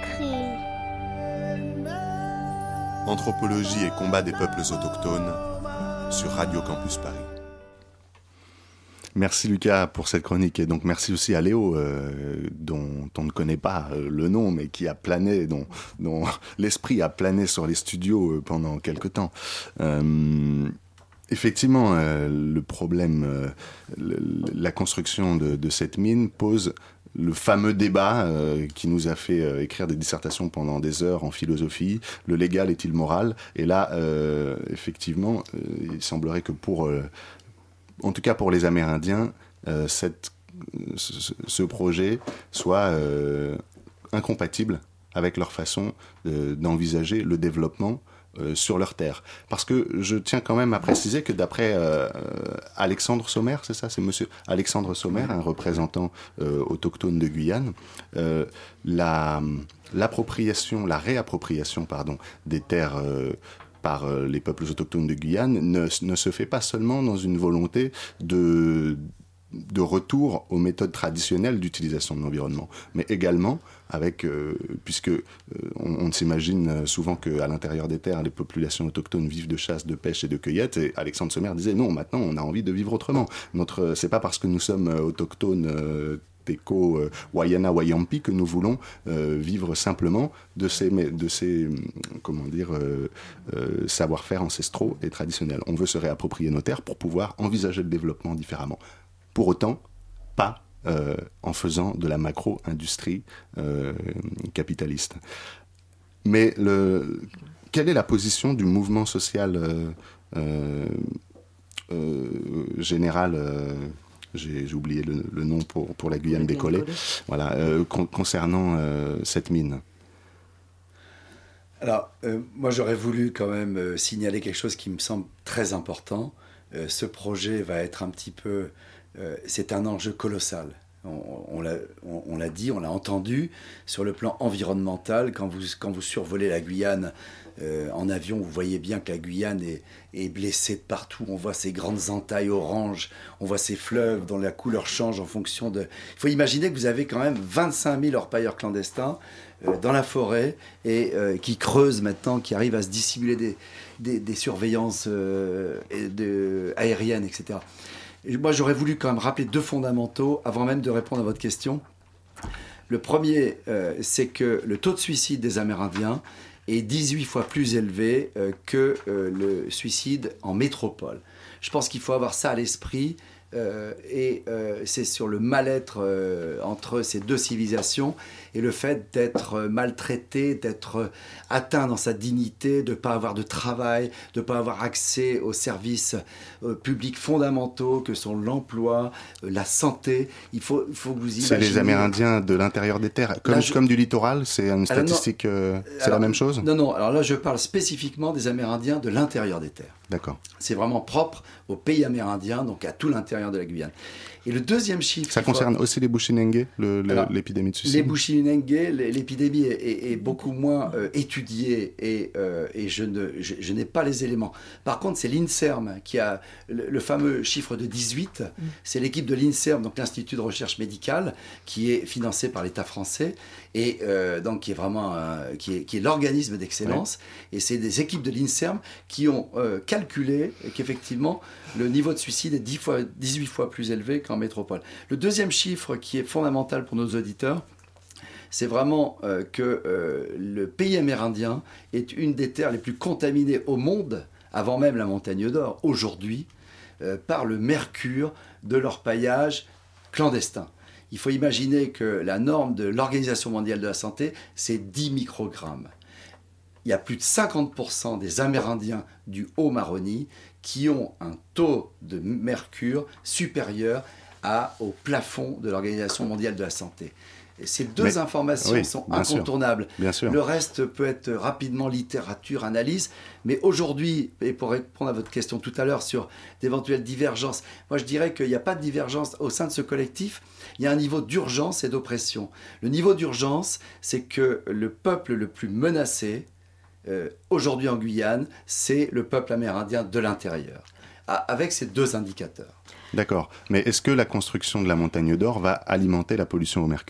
Anthropologie et combat des peuples autochtones sur Radio Campus Paris. Merci Lucas pour cette chronique et donc merci aussi à Léo euh, dont on ne connaît pas euh, le nom mais qui a plané, dont, dont l'esprit a plané sur les studios euh, pendant quelque temps. Euh, effectivement, euh, le problème, euh, le, la construction de, de cette mine pose le fameux débat euh, qui nous a fait euh, écrire des dissertations pendant des heures en philosophie, le légal est-il moral? Et là, euh, effectivement, euh, il semblerait que pour, euh, en tout cas pour les Amérindiens, euh, cette, ce, ce projet soit euh, incompatible avec leur façon euh, d'envisager le développement Euh, sur leur terre. Parce que je tiens quand même à préciser que d'après euh, Alexandre Sommer, c'est ça, c'est monsieur Alexandre Sommer, un représentant euh, autochtone de Guyane, euh, la, l'appropriation, la réappropriation, pardon, des terres euh, par euh, les peuples autochtones de Guyane ne, ne se fait pas seulement dans une volonté de de retour aux méthodes traditionnelles d'utilisation de l'environnement, mais également avec, euh, puisque euh, on, on s'imagine souvent qu'à l'intérieur des terres, les populations autochtones vivent de chasse, de pêche et de cueillette, et Alexandre Sommer disait non, maintenant on a envie de vivre autrement. Notre, c'est pas parce que nous sommes autochtones euh, Teco, euh, Wayana, Wayampi que nous voulons euh, vivre simplement de ces, de ces comment dire, euh, euh, savoir-faire ancestraux et traditionnels. On veut se réapproprier nos terres pour pouvoir envisager le développement différemment. Pour autant, pas euh, en faisant de la macro-industrie euh, capitaliste. Mais le, quelle est la position du mouvement social euh, euh, euh, général euh, j'ai, j'ai oublié le, le nom pour, pour la Guyane décollée, voilà, euh, con, concernant euh, cette mine? Alors, euh, moi j'aurais voulu quand même euh, signaler quelque chose qui me semble très important. Euh, ce projet va être un petit peu... Euh, c'est un enjeu colossal. On, on, l'a, on, on l'a dit, on l'a entendu. Sur le plan environnemental, quand vous, quand vous survolez la Guyane euh, en avion, vous voyez bien que la Guyane est, est blessée de partout. On voit ces grandes entailles oranges, on voit ces fleuves dont la couleur change en fonction de... Il faut imaginer que vous avez quand même vingt-cinq mille orpailleurs clandestins euh, dans la forêt et euh, qui creusent maintenant, qui arrivent à se dissimuler des, des, des surveillances euh, de, aériennes, et cetera. Et moi, j'aurais voulu quand même rappeler deux fondamentaux avant même de répondre à votre question. Le premier, euh, c'est que le taux de suicide des Amérindiens est dix-huit fois plus élevé euh, que euh, le suicide en métropole. Je pense qu'il faut avoir ça à l'esprit. Euh, et euh, c'est sur le mal-être euh, entre ces deux civilisations et le fait d'être maltraité, d'être atteint dans sa dignité, de ne pas avoir de travail, de ne pas avoir accès aux services euh, publics fondamentaux que sont l'emploi, euh, la santé. Il faut, il faut que vous imaginez... C'est les Amérindiens de l'intérieur des terres, comme, je... comme du littoral, c'est une statistique, alors, non, euh, c'est alors, la même chose? Non, non, alors là je parle spécifiquement des Amérindiens de l'intérieur des terres. D'accord. C'est vraiment propre aux pays amérindiens, donc à tout l'intérieur de la Guyane. Et le deuxième chiffre... Ça concerne faut... aussi les Bushinengue, le, le, alors, l'épidémie de suicide? Les Bushinengue, l'épidémie est, est, est beaucoup moins euh, étudiée et, euh, et je, ne, je, je n'ai pas les éléments. Par contre, c'est l'INSERM qui a le, le fameux chiffre de dix-huit. Mmh. C'est l'équipe de l'INSERM, donc l'Institut de recherche médicale, qui est financé par l'État français et euh, donc qui est vraiment euh, qui est, qui est l'organisme d'excellence. Ouais. Et c'est des équipes de l'INSERM qui ont euh, calculé qu'effectivement, le niveau de suicide est dix fois, dix-huit fois plus élevé qu'en métropole. Le deuxième chiffre qui est fondamental pour nos auditeurs, c'est vraiment euh, que euh, le pays amérindien est une des terres les plus contaminées au monde, avant même la Montagne d'Or, aujourd'hui, euh, par le mercure de l'orpaillage clandestin. Il faut imaginer que la norme de l'Organisation mondiale de la santé, c'est dix microgrammes. Il y a plus de cinquante pour cent des Amérindiens du Haut-Maroni qui ont un taux de mercure supérieur à, au plafond de l'Organisation mondiale de la santé. Et ces deux Mais, informations oui, sont incontournables. Sûr, bien sûr. Le reste peut être rapidement littérature, analyse. Mais aujourd'hui, et pour répondre à votre question tout à l'heure sur d'éventuelles divergences, moi je dirais qu'il n'y a pas de divergence au sein de ce collectif. Il y a un niveau d'urgence et d'oppression. Le niveau d'urgence, c'est que le peuple le plus menacé, euh, aujourd'hui en Guyane, c'est le peuple amérindien de l'intérieur, avec ces deux indicateurs. D'accord. Mais est-ce que la construction de la Montagne d'Or va alimenter la pollution au mercure ?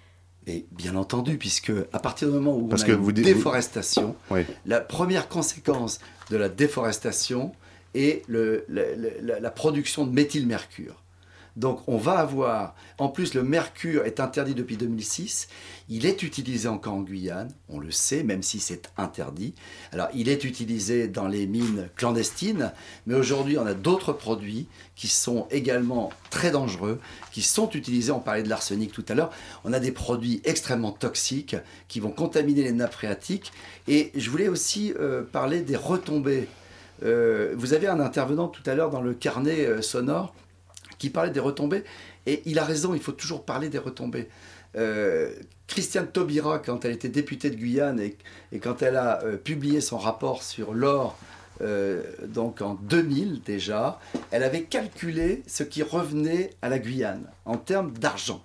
Et bien entendu, puisque à partir du moment où Parce on a que une vous dites, déforestation, vous... oui. la première conséquence de la déforestation est le, le, le, la, la production de méthylmercure. Donc on va avoir, en plus le mercure est interdit depuis deux mille six, il est utilisé encore en Guyane, on le sait, même si c'est interdit. Alors il est utilisé dans les mines clandestines, mais aujourd'hui on a d'autres produits qui sont également très dangereux, qui sont utilisés, on parlait de l'arsenic tout à l'heure, on a des produits extrêmement toxiques qui vont contaminer les nappes phréatiques. Et je voulais aussi euh, parler des retombées. Euh, vous avez un intervenant tout à l'heure dans le carnet euh, sonore qui parlait des retombées, et il a raison, il faut toujours parler des retombées. Euh, Christiane Taubira, quand elle était députée de Guyane et, et quand elle a euh, publié son rapport sur l'or, euh, donc en deux mille déjà, elle avait calculé ce qui revenait à la Guyane en termes d'argent.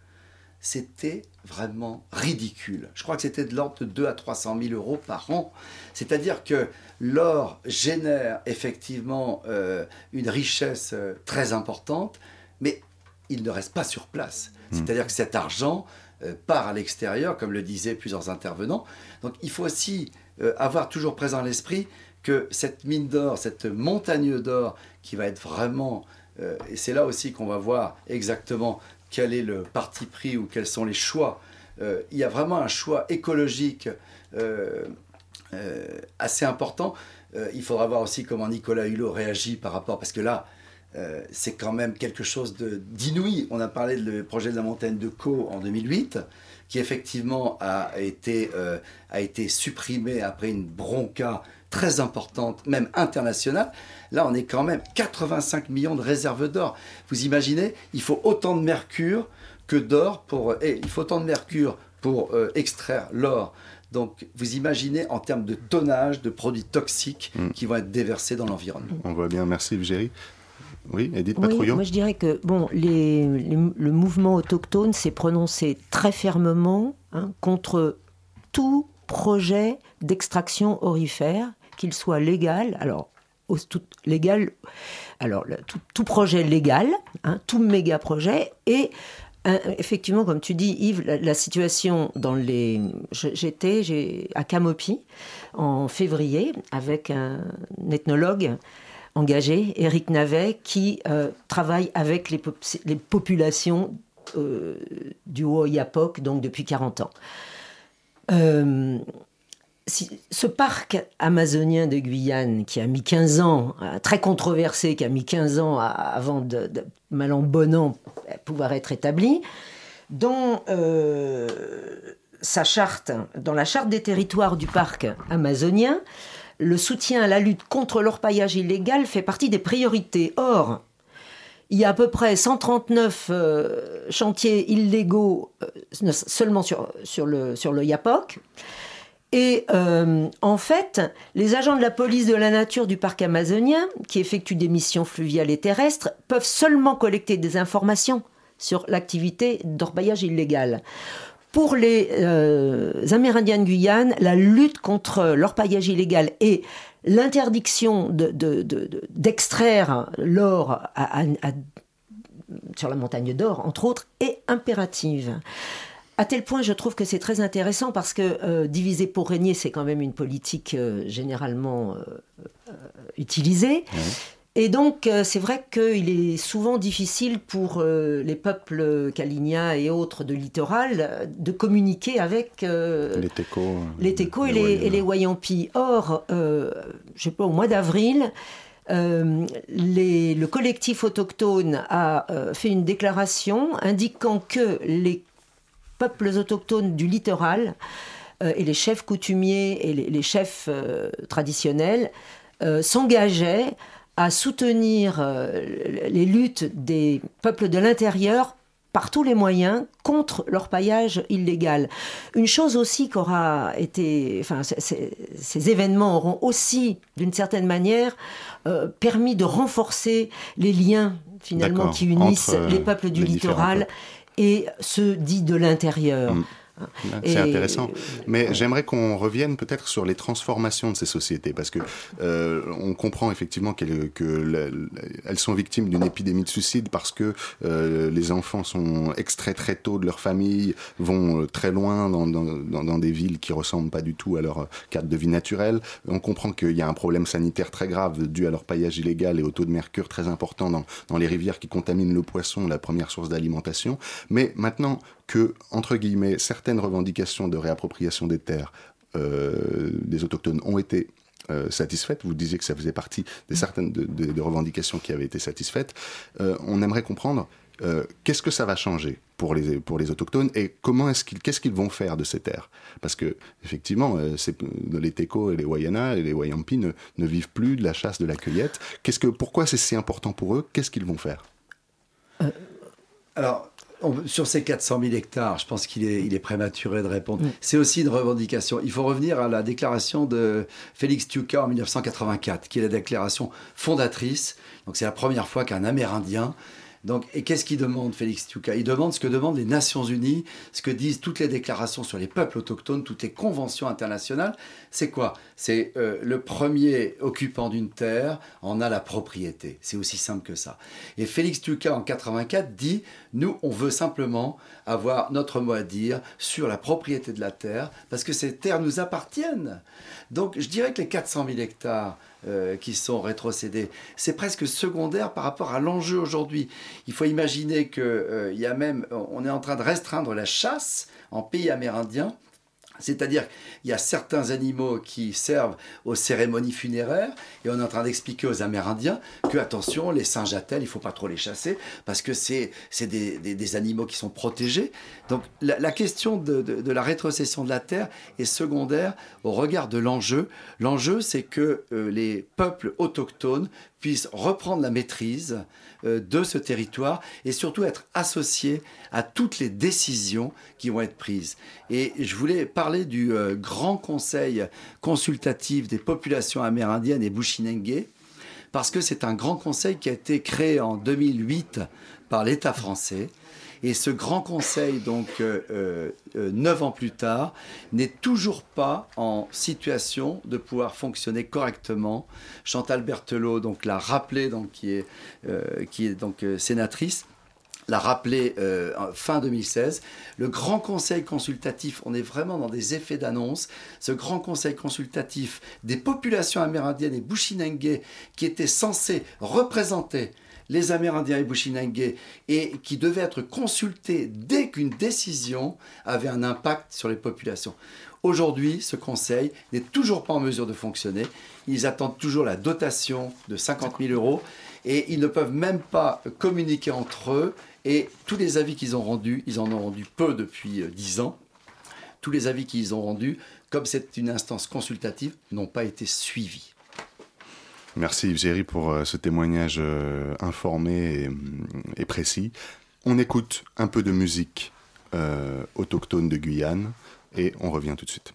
C'était vraiment ridicule. Je crois que c'était de l'ordre de deux à trois cent mille euros par an. C'est-à-dire que l'or génère effectivement euh, une richesse euh, très importante, mais il ne reste pas sur place. Mmh. C'est-à-dire que cet argent euh, part à l'extérieur, comme le disaient plusieurs intervenants. Donc il faut aussi euh, avoir toujours présent à l'esprit que cette mine d'or, cette montagne d'or qui va être vraiment... Euh, et c'est là aussi qu'on va voir exactement quel est le parti pris ou quels sont les choix. Euh, il y a vraiment un choix écologique euh, euh, assez important. Euh, il faudra voir aussi comment Nicolas Hulot réagit par rapport... Parce que là, euh, c'est quand même quelque chose de, d'inouï. On a parlé du projet de la montagne de Caux en deux mille huit, qui effectivement a été, euh, a été supprimé après une bronca très importante, même internationale. Là, on est quand même quatre-vingt-cinq millions de réserves d'or. Vous imaginez, il faut autant de mercure que d'or pour... Eh, il faut autant de mercure pour euh, extraire l'or. Donc, vous imaginez en termes de tonnage de produits toxiques mmh. qui vont être déversés dans l'environnement. On voit bien, merci Vigéry. Oui, Edith Patrouillon. Oui, moi je dirais que bon, les, les, le mouvement autochtone s'est prononcé très fermement hein, contre tout projet d'extraction aurifère, qu'il soit légal, alors tout, légal, alors tout, tout projet légal, hein, tout méga projet, et euh, effectivement, comme tu dis, Yves, la, la situation dans les, j'étais j'ai, à Camopi en février avec un ethnologue engagé, Éric Navet, qui euh, travaille avec les, pop- les populations euh, du Haut-Oyapock, donc depuis quarante ans. Euh, si, ce parc amazonien de Guyane, qui a mis quinze ans, euh, très controversé, qui a mis quinze ans à, avant de, de mal en bon an pouvoir être établi, dans euh, sa charte, dans la charte des territoires du parc amazonien, le soutien à la lutte contre l'orpaillage illégal fait partie des priorités. Or, il y a à peu près cent trente-neuf euh, chantiers illégaux euh, seulement sur, sur le, sur le Yapock. Et euh, en fait, les agents de la police de la nature du parc amazonien, qui effectuent des missions fluviales et terrestres, peuvent seulement collecter des informations sur l'activité d'orpaillage illégal. Pour les euh, Amérindiens de Guyane, la lutte contre l'orpaillage illégal et l'interdiction de, de, de, de, d'extraire l'or à, à, à, sur la montagne d'or, entre autres, est impérative. À tel point, je trouve que c'est très intéressant parce que euh, diviser pour régner, c'est quand même une politique euh, généralement euh, euh, utilisée. Mmh. Et donc, euh, c'est vrai qu'il est souvent difficile pour euh, les peuples Kalinia et autres de littoral euh, de communiquer avec euh, les Téco, les Téco et, les, et les Wayampi. Or, euh, je sais pas, au mois d'avril, euh, les, le collectif autochtone a euh, fait une déclaration indiquant que les peuples autochtones du littoral euh, et les chefs coutumiers et les, les chefs euh, traditionnels euh, s'engageaient à soutenir euh, les luttes des peuples de l'intérieur par tous les moyens contre l'orpaillage illégal. Une chose aussi qu'aura été... Enfin, c- c- ces événements auront aussi, d'une certaine manière, euh, permis de renforcer les liens, finalement, D'accord. qui unissent Entre, les peuples du les littoral et ceux dits de l'intérieur. Mmh. C'est Et... intéressant. Mais j'aimerais qu'on revienne peut-être sur les transformations de ces sociétés, parce que euh, on comprend effectivement qu'elles, que la, elles sont victimes d'une épidémie de suicide parce que euh, les enfants sont extraits très tôt de leur famille, vont très loin dans, dans, dans, dans des villes qui ressemblent pas du tout à leur cadre de vie naturel. On comprend qu'il y a un problème sanitaire très grave dû à leur paillage illégal et au taux de mercure très important dans, dans les rivières qui contaminent le poisson, la première source d'alimentation. Mais maintenant que, entre guillemets, certaines revendications de réappropriation des terres euh, des autochtones ont été euh, satisfaites, vous disiez que ça faisait partie des certaines de, de, de revendications qui avaient été satisfaites, euh, on aimerait comprendre euh, qu'est-ce que ça va changer pour les, pour les autochtones et comment est-ce qu'ils, qu'est-ce qu'ils vont faire de ces terres. Parce que, effectivement, euh, c'est, les Téco et les Wayana et les Wayampi ne, ne vivent plus de la chasse, de la cueillette. Qu'est-ce que, pourquoi c'est si important pour eux ? Qu'est-ce qu'ils vont faire ? euh, Alors, on, sur ces quatre cent mille hectares, je pense qu'il est, il est prématuré de répondre. Mmh. C'est aussi une revendication. Il faut revenir à la déclaration de Félix Tiuca en dix-neuf cent quatre-vingt-quatre, qui est la déclaration fondatrice. Donc, c'est la première fois qu'un Amérindien... Donc, et qu'est-ce qu'il demande, Félix Tiuca ? Il demande ce que demandent les Nations Unies, ce que disent toutes les déclarations sur les peuples autochtones, toutes les conventions internationales. C'est quoi ? C'est euh, le premier occupant d'une terre en a la propriété. C'est aussi simple que ça. Et Félix Tiuca, en quatre-vingt-quatre, dit « Nous, on veut simplement avoir notre mot à dire sur la propriété de la terre, parce que ces terres nous appartiennent. » Donc, je dirais que les quatre cent mille hectares Euh, qui sont rétrocédés. C'est presque secondaire par rapport à l'enjeu aujourd'hui. Il faut imaginer qu'il euh, y a même, on est en train de restreindre la chasse en pays amérindien. C'est-à-dire qu'il y a certains animaux qui servent aux cérémonies funéraires et on est en train d'expliquer aux Amérindiens que, attention, les singes attelles, il ne faut pas trop les chasser parce que c'est, c'est des, des, des animaux qui sont protégés. Donc la, la question de, de, de la rétrocession de la terre est secondaire au regard de l'enjeu. L'enjeu, c'est que euh, les peuples autochtones puissent reprendre la maîtrise euh, de ce territoire et surtout être associés à toutes les décisions qui vont être prises. Et je voulais parler du euh, Grand Conseil consultatif des populations amérindiennes et Bushinengue, parce que c'est un grand conseil qui a été créé en deux mille huit par l'État français. Et ce grand conseil, donc euh, euh, neuf ans plus tard, n'est toujours pas en situation de pouvoir fonctionner correctement. Chantal Berthelot donc l'a rappelé, donc qui est euh, qui est donc euh, sénatrice, l'a rappelé euh, fin deux mille seize. Le grand conseil consultatif, on est vraiment dans des effets d'annonce. Ce grand conseil consultatif des populations amérindiennes et Bushinengue qui était censé représenter les Amérindiens et Bushinengue, et qui devaient être consultés dès qu'une décision avait un impact sur les populations. Aujourd'hui, ce conseil n'est toujours pas en mesure de fonctionner. Ils attendent toujours la dotation de cinquante mille euros et ils ne peuvent même pas communiquer entre eux. Et tous les avis qu'ils ont rendus, ils en ont rendu peu depuis dix ans. Tous les avis qu'ils ont rendus, comme c'est une instance consultative, n'ont pas été suivis. Merci Yves Géry pour euh, ce témoignage euh, informé et, et précis. On écoute un peu de musique euh, autochtone de Guyane et on revient tout de suite.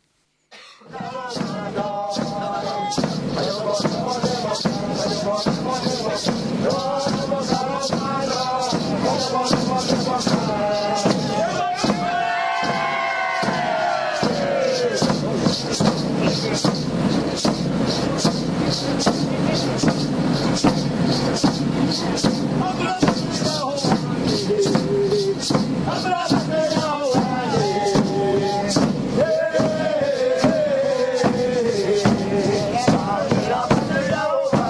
Yeah.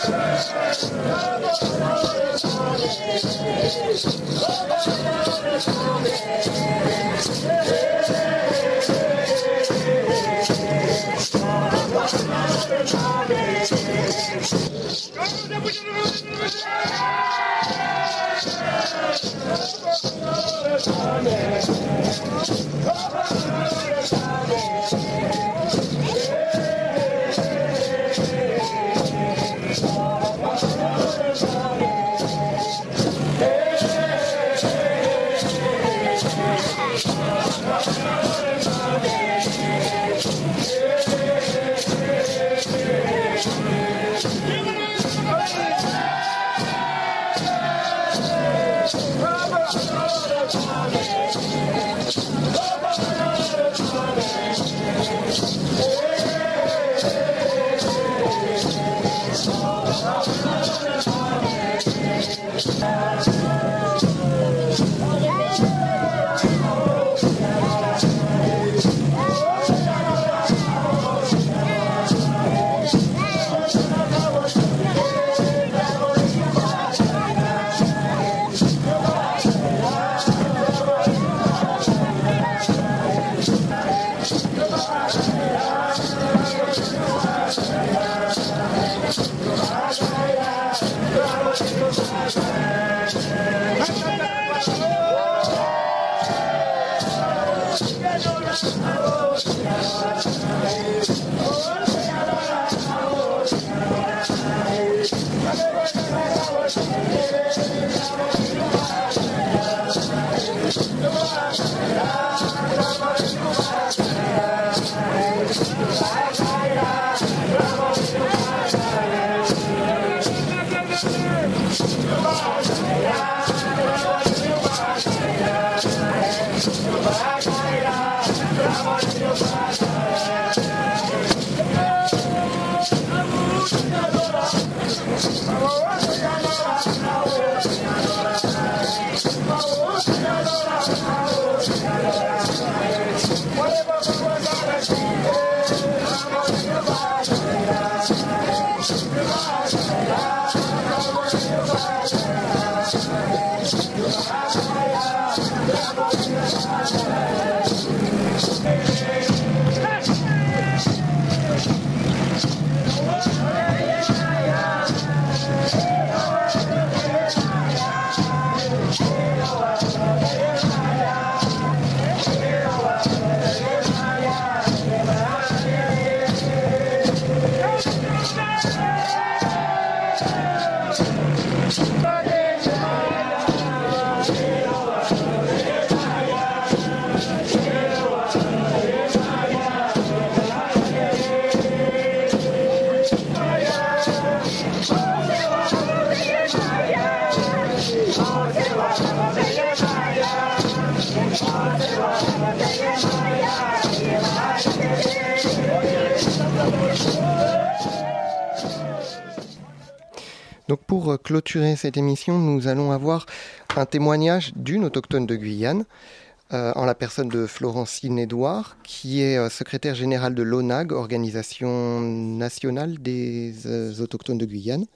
Donc pour clôturer cette émission, nous allons avoir un témoignage d'une autochtone de Guyane, euh, en la personne de Florentine Edouard, qui est euh, secrétaire générale de l'O N A G, Organisation nationale des euh, autochtones de Guyane,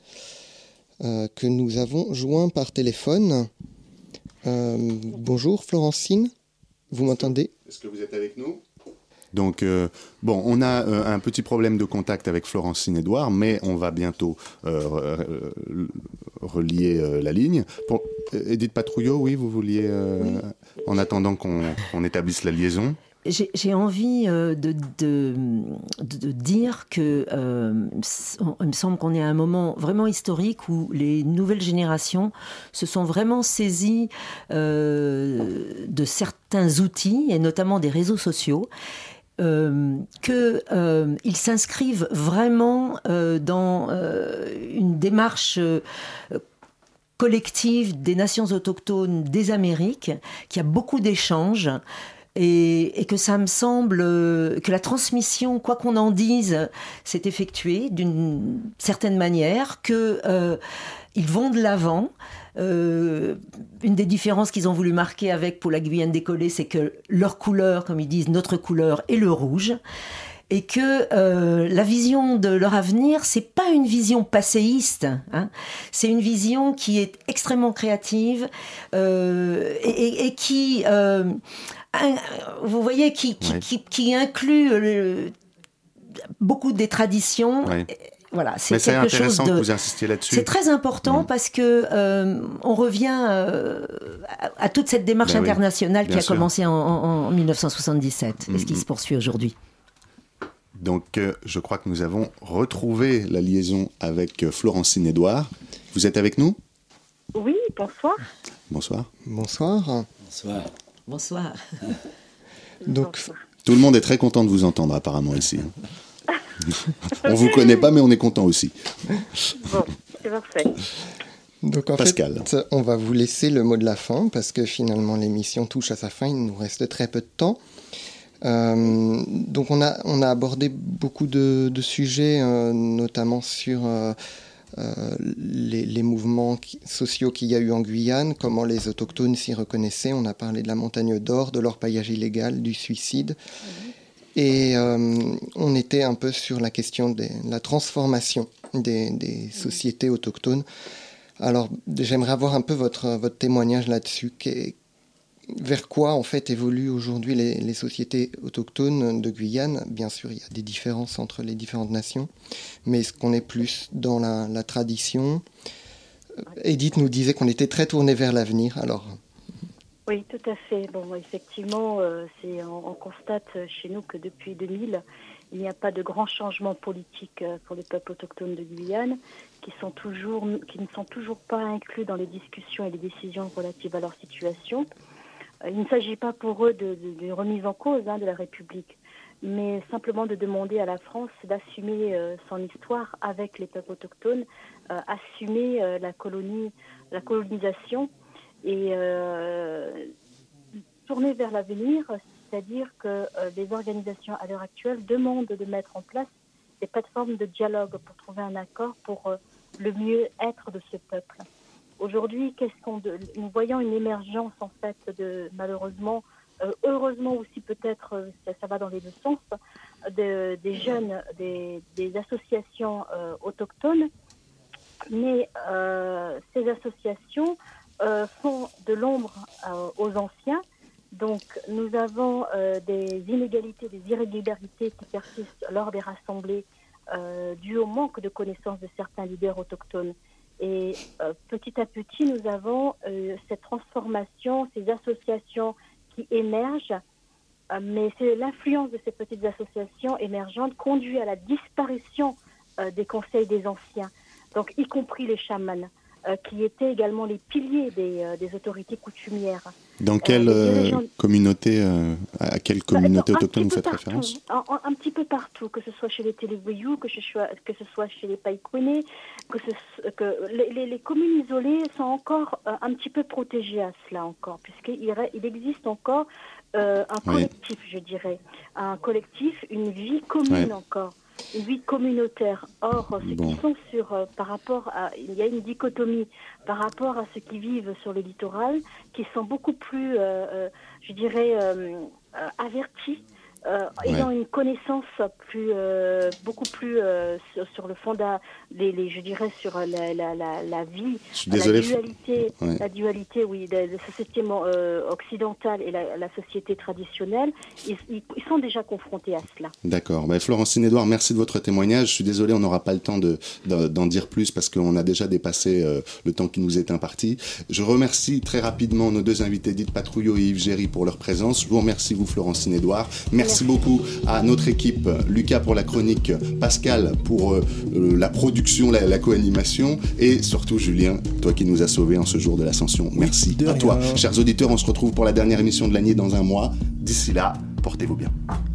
euh, que nous avons joint par téléphone. Euh, bonjour Florentine, vous m'entendez ? Est-ce que vous êtes avec nous ? Donc, euh, bon, on a euh, un petit problème de contact avec Florentine Edouard, mais on va bientôt euh, re- relier euh, la ligne. Pour, Edith Patrouillot, oui, vous vouliez, euh, oui. En attendant qu'on, qu'on établisse la liaison ? J'ai, j'ai envie euh, de, de, de dire que euh, il me semble qu'on est à un moment vraiment historique où les nouvelles générations se sont vraiment saisies euh, de certains outils, et notamment des réseaux sociaux. Euh, qu'ils euh, s'inscrivent vraiment euh, dans euh, une démarche euh, collective des nations autochtones des Amériques, qui a beaucoup d'échanges, et, et que ça me semble euh, que la transmission, quoi qu'on en dise, s'est effectuée d'une certaine manière, qu'ils euh, vont de l'avant. Euh, une des différences qu'ils ont voulu marquer avec pour la Guyane décollée, c'est que leur couleur, comme ils disent, notre couleur est le rouge. et que euh, la vision de leur avenir, c'est pas une vision passéiste, hein, c'est une vision qui est extrêmement créative euh, et, et, et qui, euh, un, vous voyez, qui, qui, oui. qui, qui inclut le, beaucoup des traditions. Oui. Voilà, c'est Mais c'est quelque intéressant chose de... que vous insistiez là-dessus. C'est très important mmh. parce que euh, on revient euh, à, à toute cette démarche ben internationale oui, qui a sûr. commencé en, en, en dix-neuf cent soixante-dix-sept mmh. et ce qui se poursuit aujourd'hui. Donc, euh, je crois que nous avons retrouvé la liaison avec euh, Florentine Edouard. Vous êtes avec nous ? Oui, bonsoir. Bonsoir. Bonsoir. Bonsoir. Bonsoir. Donc, bonsoir. Tout le monde est très content de vous entendre apparemment ici. On vous connaît pas, mais on est content aussi. Bon, c'est parfait. Donc en Pascal. fait, on va vous laisser le mot de la fin parce que finalement l'émission touche à sa fin. Il nous reste très peu de temps. Euh, donc on a on a abordé beaucoup de, de sujets, euh, notamment sur euh, euh, les, les mouvements qui, sociaux qu'il y a eu en Guyane, comment les autochtones s'y reconnaissaient. On a parlé de la montagne d'or, de l'orpaillage illégal, du suicide. Mmh. Et euh, on était un peu sur la question de la transformation des, des sociétés autochtones. Alors, j'aimerais avoir un peu votre, votre témoignage là-dessus. Qu'est, vers quoi, en fait, évoluent aujourd'hui les, les sociétés autochtones de Guyane ? Bien sûr, il y a des différences entre les différentes nations, mais est-ce qu'on est plus dans la, la tradition ? Edith nous disait qu'on était très tourné vers l'avenir, alors... Oui, tout à fait. Bon, effectivement, euh, c'est, on, on constate chez nous que depuis deux mille, il n'y a pas de grands changements politiques pour les peuples autochtones de Guyane, qui, sont toujours, qui ne sont toujours pas inclus dans les discussions et les décisions relatives à leur situation. Euh, il ne s'agit pas pour eux de, de, de remise en cause hein, de la République, mais simplement de demander à la France d'assumer euh, son histoire avec les peuples autochtones, euh, assumer euh, la colonie, la colonisation, et euh, tourner vers l'avenir, c'est-à-dire que euh, les organisations à l'heure actuelle demandent de mettre en place des plateformes de dialogue pour trouver un accord pour euh, le mieux-être de ce peuple. Aujourd'hui, qu'est-ce qu'on de, nous voyons une émergence en fait de malheureusement, euh, heureusement aussi peut-être ça, ça va dans les deux sens, de, des jeunes, des, des associations euh, autochtones, mais euh, ces associations Euh, font de l'ombre euh, aux anciens. Donc, nous avons euh, des inégalités, des irrégularités qui persistent lors des rassemblées euh, dues au manque de connaissances de certains leaders autochtones. Et euh, petit à petit, nous avons euh, cette transformation, ces associations qui émergent, euh, mais c'est l'influence de ces petites associations émergentes conduit à la disparition euh, des conseils des anciens, donc y compris les chamans. Euh, qui étaient également les piliers des, euh, des autorités coutumières. Dans quelle euh, dirigeants... communauté, euh, à quelle communauté autochtone vous faites partout, référence ? un, un petit peu partout, que ce soit chez les Télévoyous, que ce soit, que ce soit chez les Païkouénés, que, ce, que les, les, les communes isolées sont encore euh, un petit peu protégées à cela encore, puisqu'il il existe encore euh, un collectif, oui. je dirais, un collectif, une vie commune oui. encore. Une vie communautaire. Or, ceux bon. qui sont sur, euh, par rapport à, il y a une dichotomie par rapport à ceux qui vivent sur le littoral, qui sont beaucoup plus, euh, euh, je dirais, euh, euh, avertis, euh, ouais. ayant une connaissance plus, euh, beaucoup plus euh, sur, sur le fond, de les, les, je dirais, sur la, la, la, la vie, désolé, la dualité, ouais. la dualité, oui, de la société euh, occidentale et la, la société traditionnelle, ils, ils, ils sont déjà confrontés à cela. D'accord. Bah, Florentine Edouard, merci de votre témoignage. Je suis désolé, on n'aura pas le temps de, de, d'en dire plus parce qu'on a déjà dépassé euh, le temps qui nous est imparti. Je remercie très rapidement nos deux invités, Edith Patrouillot et Yves Géry, pour leur présence. Je vous remercie, vous, Florentine Edouard. Merci. Merci beaucoup à notre équipe, Lucas pour la chronique, Pascal pour euh, la production, la, la co-animation et surtout Julien, toi qui nous as sauvés en ce jour de l'Ascension. Merci à toi. Chers auditeurs, on se retrouve pour la dernière émission de l'année dans un mois. D'ici là, portez-vous bien.